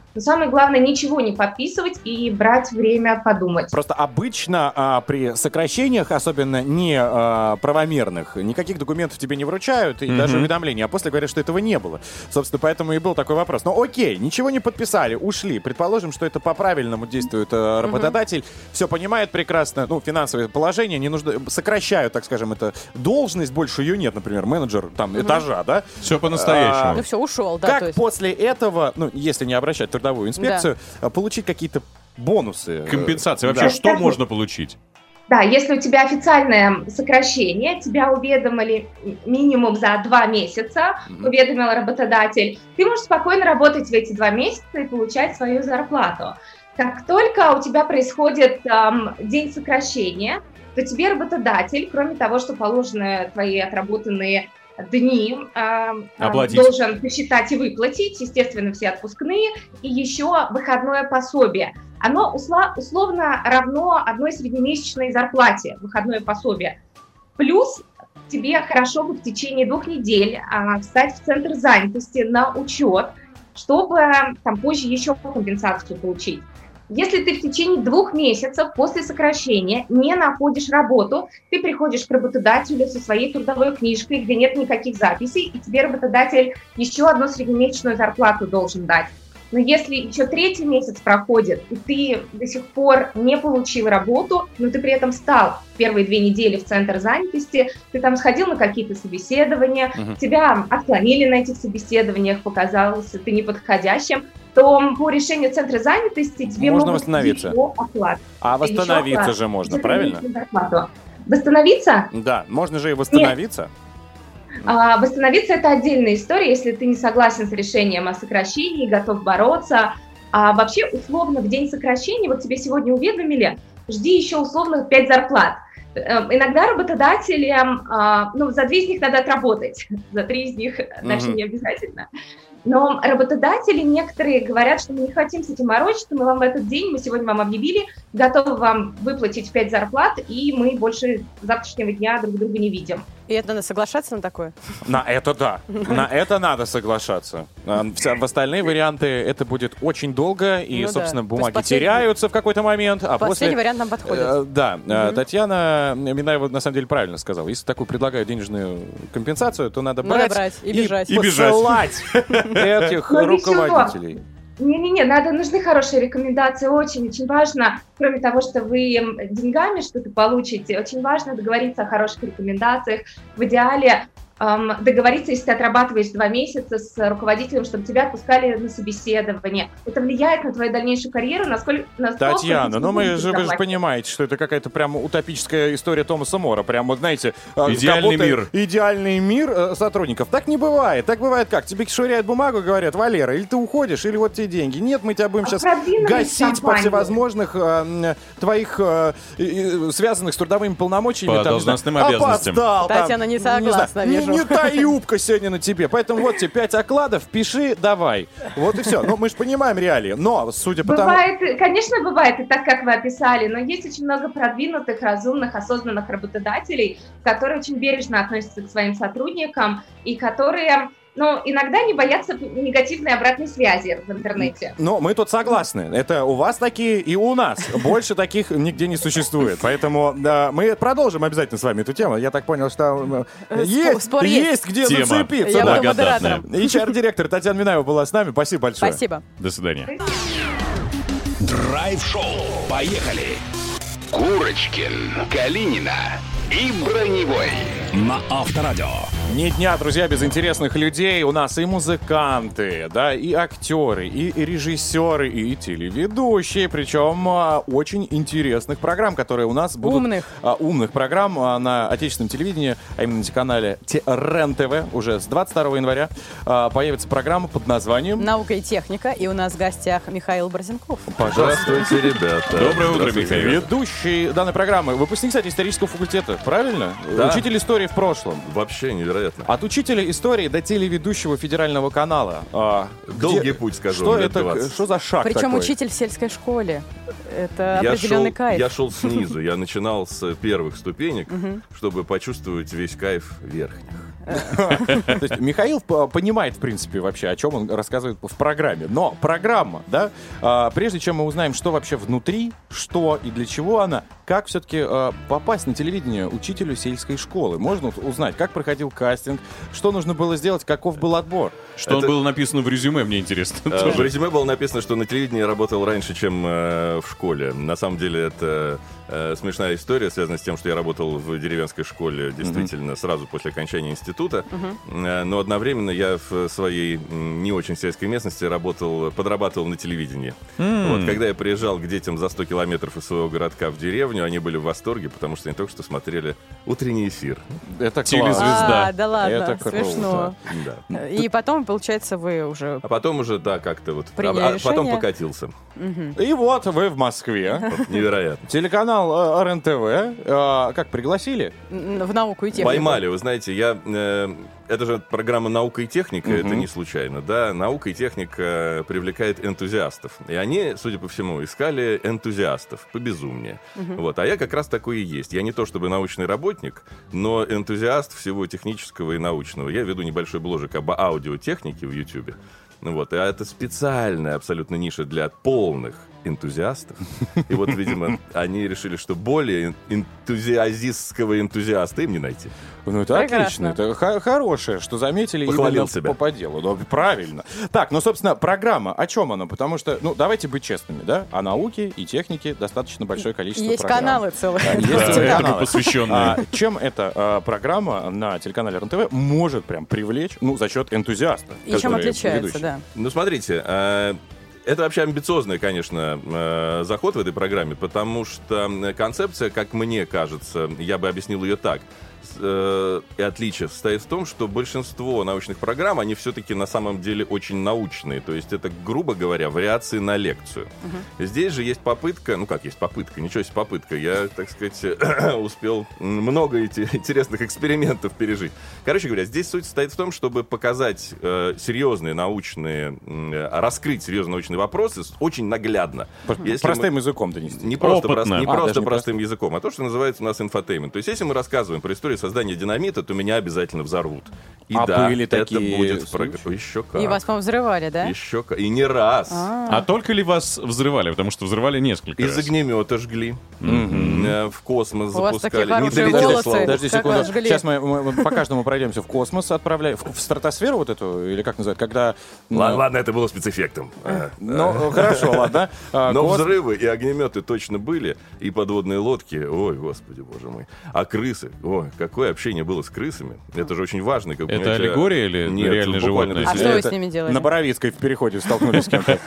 Но самое главное, ничего не подписывать и брать время подумать. Просто обычно а, при сокращениях, особенно не а, правомерных, никаких документов тебе не вручают и Мгм. даже уведомления, а после говорят, что этого не было. Собственно, поэтому и был такой вопрос. Ну окей, ничего не подписали, ушли. Предположим, что это по-правильному действует а, работодатель, все понимает прекрасно, ну, финансовое положение, не нужно, сокращают, так скажем, это должность, больше ее нет, например, менеджер там этажа, да? Все по-настоящему. Ну все, ушел, да. Как то есть. после этого, ну, если не обращать в трудовую инспекцию, а, получить какие-то бонусы? Компенсации. Вообще, Да. что можно получить? Да, если у тебя официальное сокращение, тебя уведомили минимум за два месяца, Мгм. уведомил работодатель, ты можешь спокойно работать в эти два месяца и получать свою зарплату. Как только у тебя происходит эм, день сокращения, то тебе работодатель, кроме того, что положены твои отработанные дни, эм, эм, Оплатить. должен посчитать и выплатить, естественно, все отпускные, и еще выходное пособие. Оно усла- условно равно одной среднемесячной зарплате, выходное пособие. Плюс тебе хорошо бы в течение двух недель а, встать в центр занятости на учет, чтобы там позже еще компенсацию получить. Если ты в течение двух месяцев после сокращения не находишь работу, ты приходишь к работодателю со своей трудовой книжкой, где нет никаких записей, и тебе работодатель еще одну среднемесячную зарплату должен дать. Но если еще третий месяц проходит, и ты до сих пор не получил работу, но ты при этом встал первые две недели в центр занятости, ты там сходил на какие-то собеседования, Мгм. тебя отклонили на этих собеседованиях, показалось ты неподходящим, то по решению центра занятости тебе Можно могут восстановиться. еще оклад. А Еще восстановиться оклад. же можно, За правильно? месячную зарплату. Восстановиться? Да, можно же и восстановиться. А, восстановиться – это отдельная история, если ты не согласен с решением о сокращении, готов бороться. А вообще, условно, в день сокращения, вот тебе сегодня уведомили, жди еще условно пять зарплат. Э, Иногда работодателям, а, ну, за две из них надо отработать, за три из них дальше Мгм. не обязательно. Но работодатели некоторые говорят, что мы не хотим с этим морочиться, мы вам в этот день, мы сегодня вам объявили, готовы вам выплатить пять зарплат, и мы больше завтрашнего дня друг друга не видим. И это надо соглашаться на такое? На это да. На это надо соглашаться. А, вся- В остальные варианты это будет очень долго, и, Ну да. собственно, То есть бумаги последний- теряются в какой-то момент, а Последний после... вариант нам подходит. Э, Да, э, Мгм. Татьяна Минаева на самом деле правильно сказала. Если такую предлагают денежную компенсацию, то надо Надо брать, брать и бежать. И бежать. посылать этих Но ничего. руководителей. Не-не-не, надо, нужны хорошие рекомендации, очень-очень важно, кроме того, что вы м, деньгами что-то получите, очень важно договориться о хороших рекомендациях, в идеале эм, договориться, если ты отрабатываешь два месяца с руководителем, чтобы тебя отпускали на собеседование. Это влияет на твою дальнейшую карьеру, насколько... насколько Татьяна, тебе ну мы будут же, вы же заплатить. понимаете, что это какая-то прям утопическая история Томаса Мора. Прям, вот знаете... э, Идеальный как будто мир. Идеальный мир э, сотрудников. Так не бывает. Так бывает как? Тебе швыряют бумагу, говорят, Валера, или ты уходишь, или вот тебе деньги. Нет, мы тебя будем А сейчас продвинутые гасить по компании? всевозможных э, м, твоих, э, э, э, связанных с трудовыми полномочиями. По там, не знаю, должностным обязанностям. опоздал, там, Татьяна не знаю, согласна, не, вижу. не та юбка сегодня на тебе. Поэтому вот тебе пять окладов, пиши, давай. Вот и все. Ну, мы же понимаем реалии. Но, судя по тому... Бывает, конечно, бывает и так, как вы описали, но есть очень много продвинутых, разумных, осознанных работодателей, которые очень бережно относятся к своим сотрудникам и которые, ну, иногда не боятся негативной обратной связи в интернете. Ну, мы тут согласны. Это у вас такие и у нас. Больше таких нигде не существует. Поэтому да, мы продолжим обязательно с вами эту тему. Я так понял, что э, Спор- есть, спор есть. есть где Тема. зацепиться. Я да. буду модератором. эйч ар-директор Татьяна Минаева была с нами. Спасибо большое. Спасибо. До свидания. Драйв-шоу. Поехали. Курочкин, Калинина и Броневой. На Авторадио. Ни дня, друзья, без интересных людей. У нас и музыканты, да, и актеры, и режиссеры, и телеведущие. Причем а, очень интересных программ, которые у нас будут... Умных. а, умных программ а, на отечественном телевидении, а именно на телеканале РЕН-ТВ. Уже с двадцать второго января а, появится программа под названием... Наука и техника. И у нас в гостях Михаил Борзенков. Здравствуйте, ребята. Доброе утро, Здравствуйте. Михаил. Ведущий данной программы. Выпускник, кстати, исторического факультета, правильно? Да. Учитель истории в прошлом. Вообще невероятно. От учителя истории до телеведущего федерального канала. А, Долгий где- путь, скажу Что вам, лет это? двадцать. Что за шаг Причем такой? учитель в сельской школе. Это Я определенный шел, кайф. я шел снизу, я начинал с первых ступенек, Мгм. чтобы почувствовать весь кайф верхних. То есть Михаил п- понимает, в принципе, вообще, о чем он рассказывает в программе. Но программа, да, а, прежде чем мы узнаем, что вообще внутри, что и для чего она, как все-таки а, попасть на телевидение учителю сельской школы? Можно узнать, как проходил кастинг, что нужно было сделать, каков был отбор? Что Это- было написано в резюме, мне интересно. Э, тоже. В резюме было написано, что на телевидении я работал раньше, чем э, в школе. На самом деле это э, смешная история, связанная с тем, что я работал в деревенской школе действительно сразу после окончания института. Э, Но одновременно я в своей м, не очень сельской местности работал, подрабатывал на телевидении. М. Вот, когда я приезжал к детям за сто километров из своего городка в деревню, они были в восторге, потому что они только что смотрели утренний эфир. Это Телезвезда. А, да ладно, Это круто. смешно. Да. И потом, получается, вы уже... А потом уже, да, как-то вот... Приняли а- а потом решение. покатился. И вот вы в Москве. Невероятно. Телеканал э, эр эн тэ вэ. э, Как, пригласили? н- В науку и технику. Поймали, вы знаете, я... э, это же программа «Наука и техника», это не случайно, да? «Наука и техника» привлекает энтузиастов. И они, судя по всему, искали энтузиастов, побезумнее. Вот. А я как раз такой и есть. Я не то чтобы научный работник, но энтузиаст всего технического и научного. Я веду небольшой бложек об аудиотехнике в Ютьюбе. Ну вот, а это специальная абсолютно ниша для полных энтузиастов. И вот, видимо, они решили, что более энтузиазистского энтузиаста им не найти. Ну, это Прекрасно. отлично. Это х- хорошее, что заметили Похвалил именно себя. По, по делу. Да, правильно. Так, ну, собственно, программа. О чем она? Потому что, ну, давайте быть честными, да? О науке и технике достаточно большое количество Есть программ. каналы целые. Да, есть Да, целые этому каналы. посвященные. А, чем эта а, программа на телеканале эр эн тэ вэ может прям привлечь, ну, за счет энтузиаста? И чем который отличается, ведущий? да. Ну, смотрите, э, это вообще амбициозный, конечно, э, заход в этой программе, потому что концепция, как мне кажется, я бы объяснил ее так, с- э, и отличие состоит в том, что большинство научных программ, они все-таки на самом деле очень научные, то есть это, грубо говоря, вариации на лекцию. Здесь же есть попытка, ну как есть попытка, ничего себе попытка, я, так сказать, успел много эти- интересных экспериментов пережить. Короче говоря, здесь суть состоит в том, чтобы показать э, серьезные научные, э, раскрыть серьезные научные вопросы с- очень наглядно. Если Простым мы- языком донести. Не просто, Опытно. прост- не А, просто даже не простым языком, а то, что называется у нас инфотеймент. То есть, если мы рассказываем про историю создания динамита, то меня обязательно взорвут. И А да, были это такие будет в случаи? программе. Еще как. И вас, по-моему, взрывали, да? Еще как. И не раз. А только ли вас взрывали? Потому что взрывали несколько Из раз. огнемета жгли. Э, В космос У вас запускали. такие Не хорошие долетело, волосы. слава богу. Подожди Как секунду. вас жгли? Сейчас мы, мы- мы по каждому пройдемся в космос, отправляем. В, в стратосферу вот эту, или как называют, когда... ну, Ладно, ладно, это было спецэффектом. А, Ну, хорошо, ладно. А, Но кос- взрывы и огнеметы точно были, и подводные лодки, ой, господи, боже мой. А крысы, ой, какое общение было с крысами. Это же очень важно. Как, Это понимаете, аллегория или нет, реальное буквально животное? А то что вы есть с ними делали? На Боровицкой в переходе столкнулись с кем-то.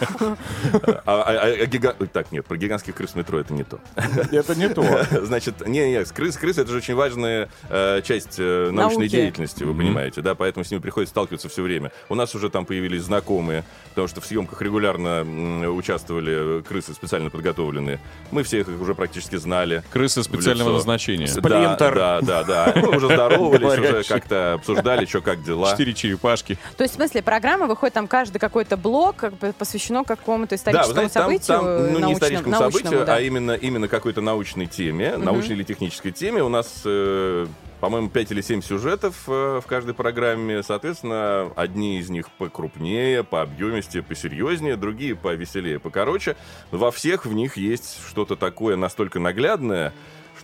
А, а- а гига- Ой, так, нет, про гигантских крыс в метро это не то. Это не то. Значит, не, не, крыс, крысы это же очень важная э, часть э, научной Науки. деятельности, вы понимаете, да, поэтому с ними приходится сталкиваться все время. У нас уже там появились знакомые, потому что в съемках регулярно м, участвовали крысы специально подготовленные. Мы всех их уже практически знали. Крысы специального лицо. назначения. Да, Сплинтер. да, да, да. Мы уже здоровались, уже Говорящий. как-то обсуждали, что как дела. Четыре черепашки. То есть, в смысле, программа выходит, там каждый какой-то блок как бы посвящено какому-то Да, историческому вы знаете, там, событию, там, ну, не научному- историческому научному, событию, да. а именно, именно какой-то научной теме, научной или технической теме. У нас, э, по-моему, пять или семь сюжетов э, в каждой программе. Соответственно, одни из них покрупнее, по объемисти, посерьезнее, другие повеселее, покороче. Во всех в них есть что-то такое настолько наглядное,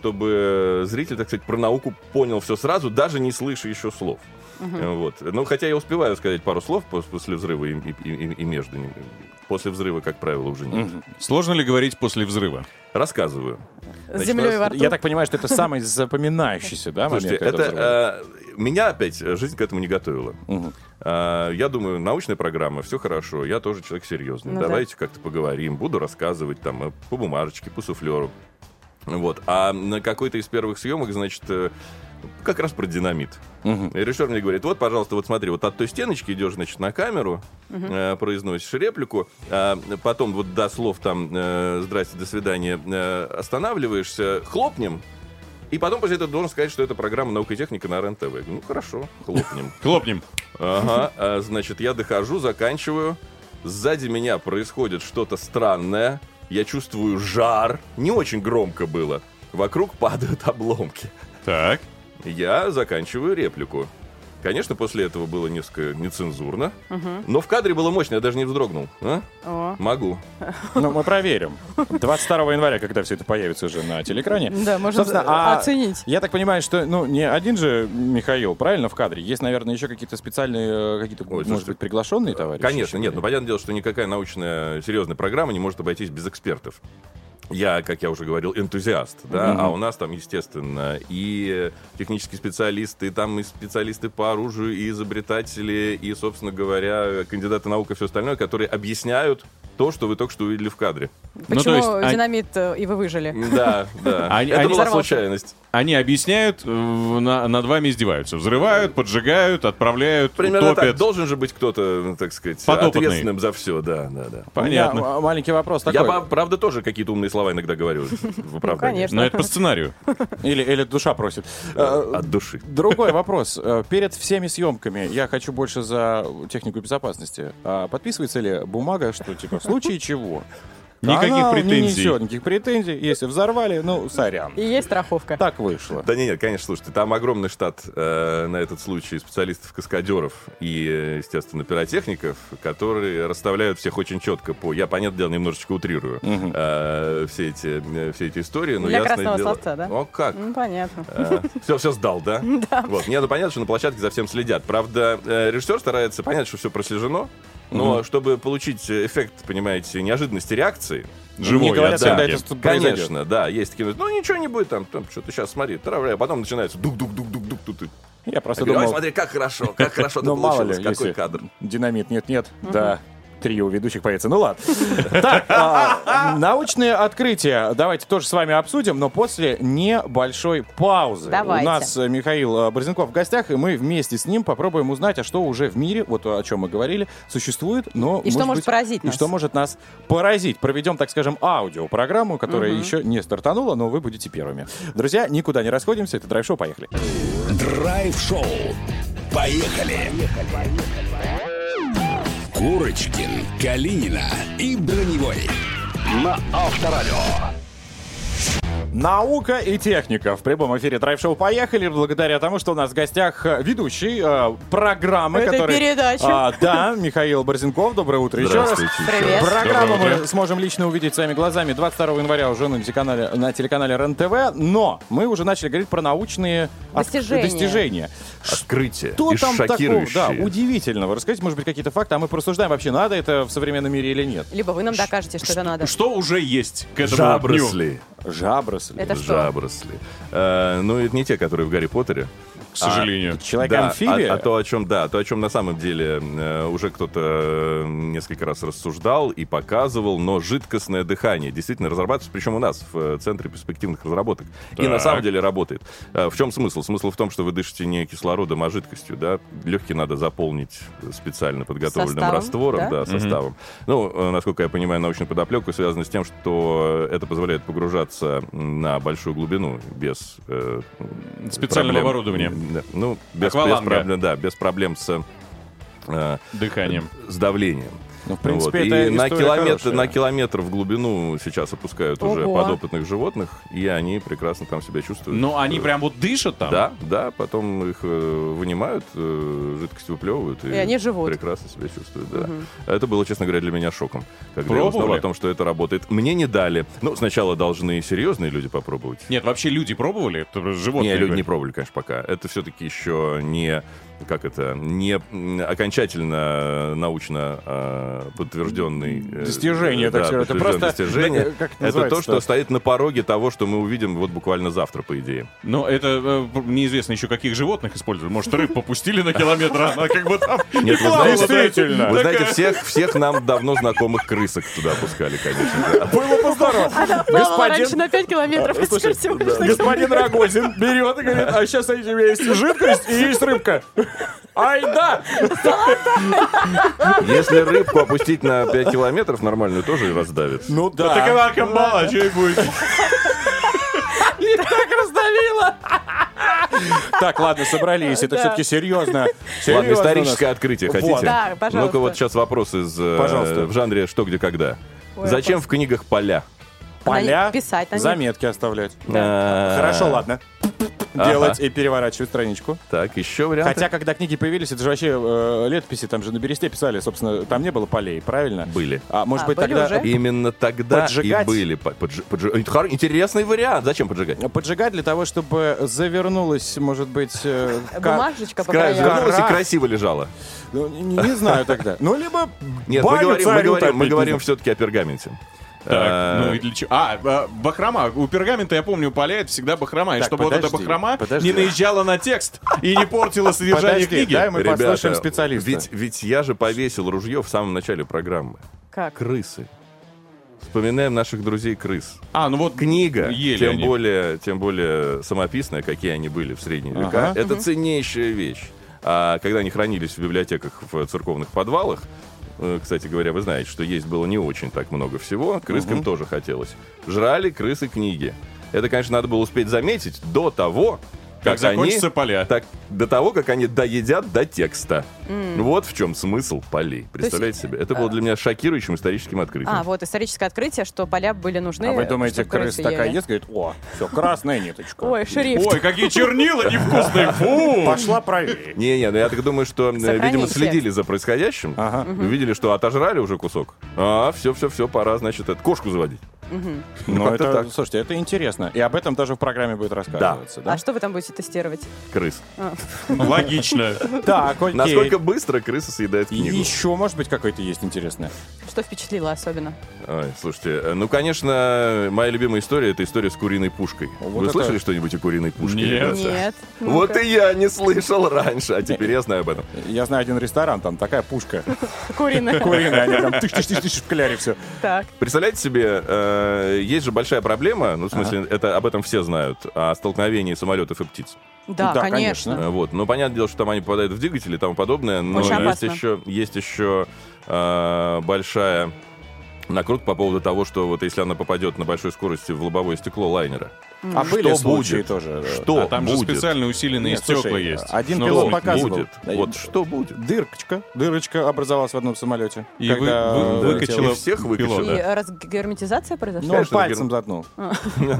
чтобы зритель, так сказать, про науку понял все сразу, даже не слыша еще слов. Вот. Ну, хотя я успеваю сказать пару слов пос- после взрыва и, и- и- и между ними. После взрыва, как правило, уже нет. Сложно ли говорить после взрыва? Рассказываю. С землей во рту. Я так понимаю, что это самый запоминающийся, да, момент? Слушайте, когда это взрывают? э, меня опять жизнь к этому не готовила. Мгм. Э, я думаю, научная программа, все хорошо, я тоже человек серьезный. Ну да. Давайте как-то поговорим, буду рассказывать там э, по бумажечке, по суфлеру. Вот. А на какой-то из первых съемок, значит, э, как раз про динамит. Мгм. И режиссер мне говорит: вот, пожалуйста, вот смотри, вот от той стеночки идешь, значит, на камеру, э, произносишь реплику, а потом вот до слов там э, «здрасте, до свидания» э, останавливаешься, хлопнем, и потом после этого должен сказать, что это программа «Наука и техника» на эр эн тэ вэ. Я говорю, ну, хорошо, хлопнем. Хлопнем. Ага, а, значит, я дохожу, заканчиваю, сзади меня происходит что-то странное, я чувствую жар, не очень громко было, вокруг падают обломки. Так. Я заканчиваю реплику. Конечно, после этого было несколько нецензурно, Мгм. но в кадре было мощно, я даже не вздрогнул. А? О. Могу. Ну, мы проверим. двадцать второго января, когда все это появится уже на телекране. Да, можно Собственно, а оценить. Я так понимаю, что, ну, не один же Михаил, правильно, в кадре? Есть, наверное, еще какие-то специальные, э, какие-то, Ой, может слушайте, быть, приглашенные товарищи? Конечно, нет. Ну, понятное дело, что никакая научная серьезная программа не может обойтись без экспертов. Я, как я уже говорил, энтузиаст, да, Мгм. а у нас там, естественно, и технические специалисты, и там и специалисты по оружию, и изобретатели, и, собственно говоря, кандидаты наук и все остальное, которые объясняют то, что вы только что увидели в кадре. Почему Ну, то есть, динамит э, и вы выжили? Да, да. Они- Это они- была Взорвался. случайность. Они объясняют, э, на- над вами издеваются. Взрывают, поджигают, отправляют, Примерно топят. так. Должен же быть кто-то, ну, так сказать, Подопытный. ответственным за все, да, да, да. Понятно. У меня, а, маленький вопрос Я, такой. ба- правда, тоже какие-то умные слова иногда говорю в оправдании. конечно. Но это по сценарию. Или, или душа просит. Э, Э, От души. Другой вопрос. Э, Перед всеми съемками я хочу больше за технику безопасности. А подписывается ли бумага, что типа в случае чего? Никаких канал не претензий. несет никаких претензий. Если взорвали, ну, сорян. И есть страховка. Так вышло. Да нет, нет, конечно, слушайте, там огромный штат э, на этот случай специалистов-каскадеров и, э, естественно, пиротехников, которые расставляют всех очень четко по... Я, понятное дело, немножечко утрирую Мгм. э, все, эти, э, все эти истории. Но Для ясное красного дело- словца, да? О, как? Ну, понятно. все, все сдал, да? Да. Вот. Не, ну понятно, что на площадке за всем следят. Правда, э, режиссер старается понять, что все прослежено, но Мгм. чтобы получить эффект, понимаете, неожиданности реакции, Живой Не говорят, оценки. когда это что произойдет. конечно, да, есть такие, ну ничего не будет, там, там что-то сейчас смотри, травля, а потом начинается дук-дук-дук-дук-дук, тут и- Я просто Я говорю, ой, думал, смотри, как хорошо, как хорошо это ну мало ли, получилось, какой если кадр. динамит нет-нет, да. Трио ведущих появится. Ну ладно. Так, а, научные открытия давайте тоже с вами обсудим, но после небольшой паузы. Давайте. У нас э, Михаил э, Борзенков в гостях, и мы вместе с ним попробуем узнать, а что уже в мире, вот о чем мы говорили, существует, но... И что может быть, поразить И нас. что может нас поразить. Проведем, так скажем, аудиопрограмму, которая Мгм. еще не стартанула, но вы будете первыми. Друзья, никуда не расходимся, это драйв-шоу, поехали. Драйв-шоу. Поехали. Курочкин, Калинина и Броневой. На Авторадио. Наука и техника. В прямом эфире драйв-шоу «Поехали». Благодаря тому, что у нас в гостях э, ведущий э, программы, Этой который... передачи. А, да, Михаил Борзенков. Доброе утро еще раз. Здравствуйте. Привет. Программу Доброе мы утро. сможем лично увидеть своими глазами двадцать второго января уже на телеканале, на телеканале РЕН-ТВ. Но мы уже начали говорить про научные от- Достижения. достижения. Открытие Что и там такого, шокирующее. да, удивительного? Расскажите, может быть, какие-то факты, а мы порассуждаем, вообще надо это в современном мире или нет? Либо вы нам докажете, что это надо. Что уже есть к этому дню? Жабросли. Жабросли. Это что? Жабросли. Э, ну, это не те, которые в Гарри Поттере. К сожалению. Да, Человек-амфибия? а, а то, о чем, да, то, о чем на самом деле э, уже кто-то э, несколько раз рассуждал и показывал, но жидкостное дыхание действительно разрабатывается, причем у нас в э, Центре перспективных разработок. И на Так. самом деле работает. Э, в чем смысл? Смысл в том, что вы дышите не кислородом, а жидкостью, да. Легкие надо заполнить специально подготовленным Составом, раствором, да? да, составом. Ну, э, насколько я понимаю, научную подоплеку связано с тем, что это позволяет погружаться на большую глубину без э, Специального проблем. оборудования. Да, ну, без, без Акваланга. проблем, да, без проблем с, э, Дыханием. с давлением. Ну, в принципе, Вот. это И на история километр, хорошая. на километр в глубину сейчас опускают уже Ого. подопытных животных, и они прекрасно там себя чувствуют. Но они прям вот дышат там? Да, да, потом их э, вынимают, э, жидкость выплевывают, и, И они живут. прекрасно себя чувствуют, да. Мгм. Это было, честно говоря, для меня шоком, когда я Пробовали? узнал о том, что это работает. Мне не дали. Ну, сначала должны серьезные люди попробовать. Нет, вообще люди пробовали? Это животные. Не, люди не говорят. пробовали, конечно, пока. Это все-таки еще не, как это, не м, окончательно научно э, подтвержденный... э, Достижение, так да, сказать. Это подтвержденное просто- достижение. да, как это Это то, называется-то? что стоит на пороге того, что мы увидим вот буквально завтра, по идее. Но это э, неизвестно еще, каких животных используют. Может, рыб попустили на километр, а она как бы там... Нет, и вы плавала, знаете, да? вы знаете, всех, всех нам давно знакомых крысок туда пускали, конечно. да. Было бы здорово. Она плавала раньше на пять километров. Э, слушай, экскурсионных. господин Рогозин берет и говорит, а сейчас, смотрите, у меня есть жидкость и есть рыбка. Ай, да! Если рыбку опустить на пять километров нормальную, тоже и раздавит. Ну Да так она камбала, что и будет? И так раздавила. Так, ладно, собрались. Это Да. все-таки серьезно. Ладно, Серьезно у историческое нас. открытие Вот. хотите? Да, пожалуйста. Ну-ка вот сейчас вопрос из э, Пожалуйста. в жанре «Что, где, когда». Ой, Зачем вопрос. в книгах поля? Поля, Писать на них. заметки оставлять. Э, Хорошо, ладно. делать и переворачивать страничку. Так, еще варианты. Хотя, когда книги появились, это же вообще э, летописи, там же на бересте писали, собственно, там не было полей, правильно? Были. А может А, быть, были тогда... уже? Именно тогда Поджигать? и были. по- поджи- поджи- Это хор- Интересный вариант. Зачем поджигать? Поджигать для того, чтобы завернулась, может быть... э, ка- Бумажечка по Скажи, краям. вернулась и Гора. красиво лежала. Ну, не, не знаю тогда. Ну, либо Нет, мы баню говорим, мы царю говорим, мы топить, говорим не все-таки о пергаменте. Так, Э, ну и для чего? А, а, бахрома. У пергамента, я помню, поля это всегда бахрома. И Так, чтобы вот эта подожди, бахрома подожди. не наезжала на текст и не портила содержание Подожди, книги. дай мы Ребята, послушаем специалиста. Ведь, ведь я же повесил ружье в самом начале программы. Как? Крысы. Вспоминаем наших друзей-крыс. А, ну вот Книга, ели тем они. более, тем более самописная, какие они были в средние Ага. века, это ценнейшая вещь. А когда они хранились в библиотеках, в церковных подвалах, э, кстати говоря, вы знаете, что есть было не очень так много всего, крыскам Мгм. тоже хотелось. Жрали крысы книги. Это, конечно, надо было успеть заметить до того, Как как, они, закончатся поля. так, до того, как они доедят до текста. Вот в чем смысл полей. Представляете есть, себе? Это было для меня шокирующим историческим открытием. А, вот историческое открытие, что поля были нужны. А вы думаете, чтобы крысы крыса такая ели. ест, говорит, о, все, красная ниточка. Ой, шрифт. Ой, какие чернила невкусные, фу! Пошла проверить. Не-не, ну я так думаю, что, э, Сохранить видимо, текст. следили за происходящим, Ага. увидели, что отожрали уже кусок. А, все-все-все, пора, значит, это, кошку заводить. Мгм. Ну, как-то это, так. слушайте, это интересно. И об этом тоже в программе будет рассказываться. Да. А что вы там будете тестировать? Крыс. А. Логично. Так, окей. Насколько быстро крыса съедает книгу? Еще, может быть, какой-то есть интересное. Что впечатлило особенно? Ой, слушайте, э, ну, конечно, моя любимая история — это история с куриной пушкой. Вот Вы это- слышали что-нибудь о куриной пушке? Нет. ребята? Нет. Вот Ну-ка. и я не слышал раньше, а теперь я знаю об этом. Я знаю один ресторан, там такая пушка. Куриная. Куриная, они там тыщ-тыщ-тыщ в кляре все. Так. Представляете себе, э, есть же большая проблема, ну, в смысле, это, об этом все знают, о столкновении самолетов и птиц. Да, Да, конечно. Э, Вот. Но понятное дело, что там они попадают в двигатели и тому подобное, но Очень есть опасно. еще, есть еще э, большая накрутка по поводу того, что вот если она попадет на большой скорости в лобовое стекло лайнера, А что были случаи будет? тоже. Что А там же будет? специально усиленные Нет, стекла слушай, есть. один Ну, пилот вот показывал. будет? Да, Вот что будет? Дырочка. Дырочка образовалась в одном самолете. И когда вы- вы- летел. выкачала И всех выкачала. И пилота. разгерметизация произошла? Ну, он Конечно, пальцем Герм- заткнул. А.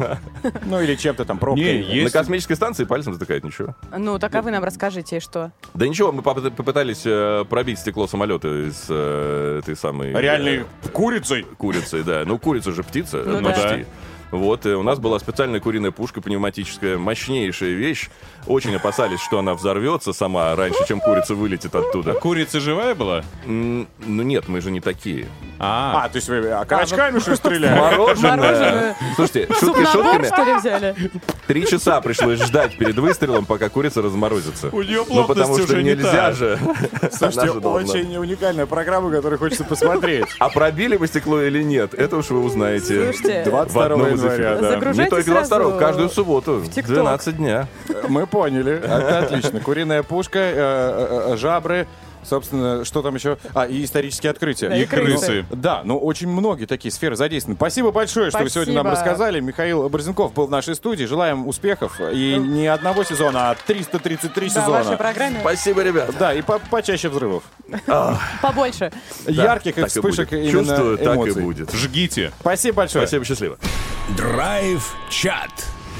Ну, или чем-то там, Не, пробкой. На есть... космической станции пальцем затыкает, ничего. Ну, так а вы нам расскажите, что? Да ничего, мы поп- попытались э, пробить стекло самолета из э, этой самой... э, Реальной курицей. Курицей, да. Ну, курица же птица, Ну э, да. почти. Вот, и у нас была специальная куриная пушка пневматическая, мощнейшая вещь. Очень опасались, что она взорвется сама раньше, чем курица вылетит оттуда. Курица живая была? М, Ну нет, мы же не такие. А, А, то есть вы окорочками что ли стреляли? Мороженое. Мороженое. Слушайте, шутки Суп-набор, шутками. что ли, взяли? Три часа пришлось ждать перед выстрелом, пока курица разморозится. У неё Ну, потому плотность что уже не нельзя та. же. Слушайте, Она же должна. очень уникальная программа, которую хочется посмотреть. А пробили вы стекло или нет, это уж вы узнаете. Слушайте, двадцать в одном второго из января, эфиров. да. Загружайте Не только двадцать второго, сразу каждую субботу, в ТикТок. двенадцать дня. Мы поняли. Это отлично. Куриная пушка, э, э, э, жабры, собственно, что там еще? А, и исторические открытия. Да, и крысы. Да, ну очень многие такие сферы задействованы. Спасибо большое, что вы сегодня нам Спасибо. рассказали. Михаил Борзенков был в нашей студии. Желаем успехов. И не одного сезона, а триста тридцать три Да, в вашей сезона. программе Спасибо, ребят. Да, и по- почаще взрывов. побольше. Ярких и Так и вспышек будет. именно Чувствую, так и эмоций. будет. жгите. Спасибо большое. Спасибо, счастливо. Драйв-чат.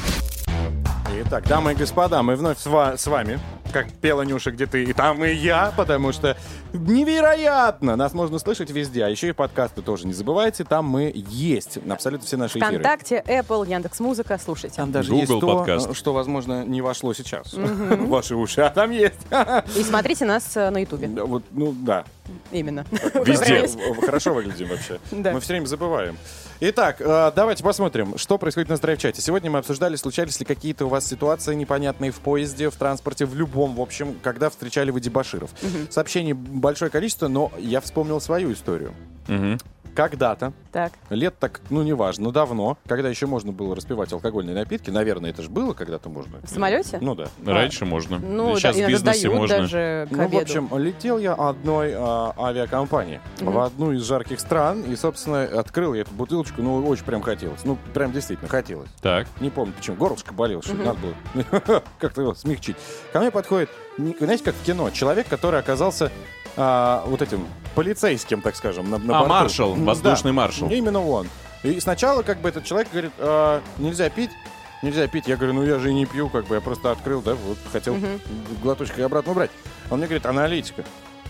Итак, дамы и господа, мы вновь с, ва- с вами, как пела Нюша, где ты, и там и я, потому что невероятно! Нас можно слышать везде, а еще и подкасты тоже не забывайте, там мы есть, абсолютно все наши эфиры. ВКонтакте, Apple, Яндекс.Музыка, слушайте. Там даже Google есть то, подкаст. что, возможно, не вошло сейчас в ваши уши, а там есть. И смотрите нас э, на Ютубе. Да, вот, ну да, Именно. везде. Выбрались. В- Хорошо выглядим вообще. Да. Мы все время забываем. Итак, э, давайте посмотрим, что происходит на Драйв-чате. Сегодня мы обсуждали, случались ли какие-то у вас ситуации непонятные в поезде, в транспорте, в любом, в общем, когда встречали вы дебоширов. Сообщений большое количество, но я вспомнил свою историю. Когда-то, Так. лет так, ну, неважно, но давно, когда еще можно было распивать алкогольные напитки, наверное, это же было когда-то можно. В самолете? Ну да. Раньше можно. Ну, Сейчас да, в иногда бизнесе дают можно. даже к Ну, в обеду. общем, летел я одной а, авиакомпании Мгм. в одну из жарких стран, и, собственно, открыл я эту бутылочку, ну, очень прям хотелось. Ну, прям действительно хотелось. Так. Не помню, почему. Горлышко болело, что Мгм. надо было как-то его смягчить. Ко мне подходит, не- знаете, как в кино, человек, который оказался а, вот этим полицейским, так скажем, на, на А, борту. маршал, М, воздушный да, маршал. Именно он. И сначала как бы этот человек говорит, «А, нельзя пить, нельзя пить. Я говорю, ну я же и не пью, как бы, я просто открыл, да, вот хотел Мгм. глоточек и обратно убрать. Он мне говорит, аналитика.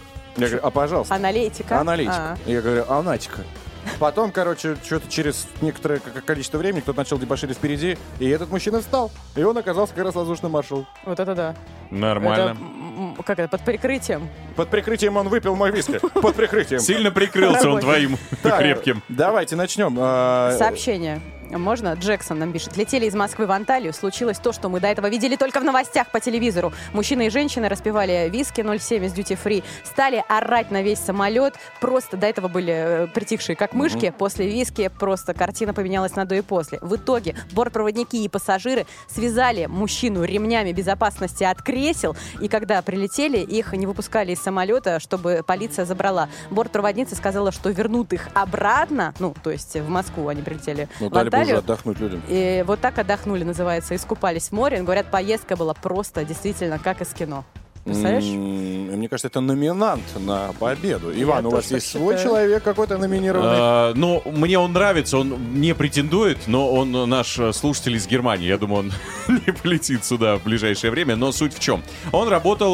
Я говорю, а пожалуйста. Аналитика. Аналитика. А. Я говорю, аналитика. Потом, короче, что-то через некоторое к- количество времени кто-то начал дебоширить впереди, и этот мужчина встал. И он оказался как раз воздушным маршалом. Вот это да. Нормально. Это, м, м, как это, под прикрытием. Под прикрытием он выпил мой виски. Под прикрытием. Сильно прикрылся он твоим Так, крепким. Давайте начнем. А, Сообщение. Можно? Джексон нам пишет. Летели из Москвы в Анталию. Случилось то, что мы до этого видели только в новостях по телевизору. Мужчины и женщины распивали виски ноль семь из Duty Free. Стали орать на весь самолет. Просто до этого были э, притихшие как мышки. Мгм. После виски просто картина поменялась на до и после. В итоге бортпроводники и пассажиры связали мужчину ремнями безопасности от кресел. И когда прилетели, их не выпускали из самолета, чтобы полиция забрала. Бортпроводница сказала, что вернут их обратно. Ну, то есть в Москву они прилетели. Ну, в дали бы уже Анталию. отдохнуть людям. И вот так отдохнули, называется, искупались в море. Говорят, поездка была просто действительно как из кино. Представляешь? М, Мне кажется, это номинант на победу. Иван, у тоже вас так есть свой считаю. человек какой-то номинированный? А, ну, мне он нравится, он не претендует, но он наш слушатель из Германии. Я думаю, он не полетит сюда в ближайшее время. Но суть в чем? Он работал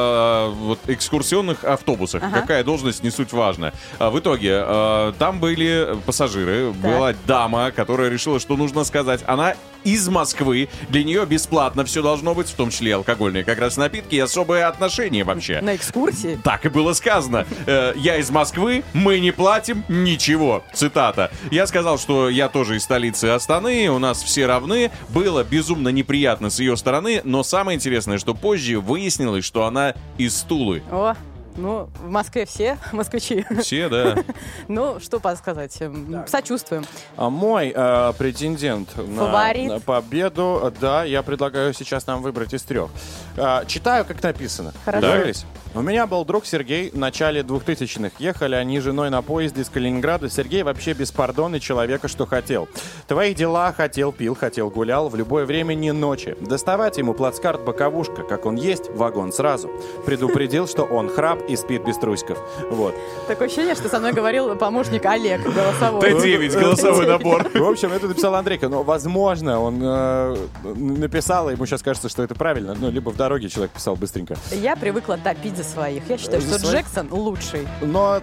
э, вот, в экскурсионных автобусах. Ага. Какая должность, не суть важна. А в итоге э, там были пассажиры, Так. была дама, которая решила, что нужно сказать. Она из Москвы, для нее бесплатно все должно быть, в том числе алкогольные как раз напитки и особые отношения вообще. На экскурсии? Так и было сказано. Э, Я из Москвы, мы не платим ничего. Цитата. Я сказал, что я тоже из столицы Астаны, у нас все равны. Было безумно неприятно с ее стороны, но самое интересное, что позже выяснилось, что она из Тулы. О, ну, в Москве все москвичи. Все, да. Ну, что сказать, эм, сочувствуем. А мой э, претендент на, Фаворит. на победу, да, я предлагаю сейчас нам выбрать из трех. Э, читаю, как написано. Хорошо. Договорились? У меня был друг Сергей в начале двухтысячных. Ехали они с женой на поезде из Калининграда. Сергей вообще беспардонный человека, что хотел. Твои дела хотел, пил, хотел, гулял. В любое время, не ночи. Доставать ему плацкарт боковушка. Как он есть, вагон сразу. Предупредил, что он храп и спит без трусиков. Вот. Такое ощущение, что со мной говорил помощник Олег голосовой. Т девять, голосовой набор. В общем, это написал Андрейка. Но, возможно, он э, написал, и ему сейчас кажется, что это правильно. Ну, либо в дороге человек писал быстренько. Я привыкла топить за своих. Я считаю, За что своих? Джексон лучший. Но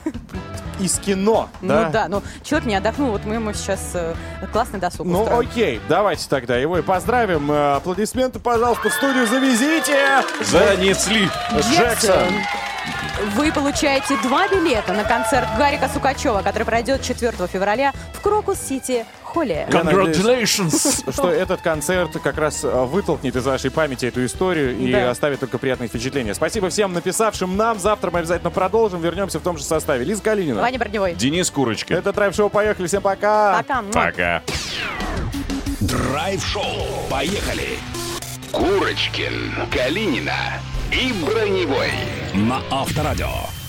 из кино, Ну да? да, ну человек не отдохнул, вот мы ему сейчас э, классный досуг Ну устроим. окей, давайте тогда его и поздравим. Э, Аплодисменты, пожалуйста, в студию завезите. Занесли. Джексон. Вы получаете два билета на концерт Гарика Сукачева, который пройдет четвёртого февраля в Крокус-Сити Холле. Я надеюсь, что этот концерт как раз э, вытолкнет из вашей памяти эту историю и Да. оставит только приятные впечатления. Спасибо всем написавшим нам. Завтра мы обязательно продолжим. Вернемся в том же составе. Лиза Калинина. Ваня Броневой. Денис Курочкин. Это Драйв-шоу. Поехали. Всем пока. Пока. Пока. Драйв-шоу. Поехали. Курочкин, Калинина и Броневой. На Авторадио.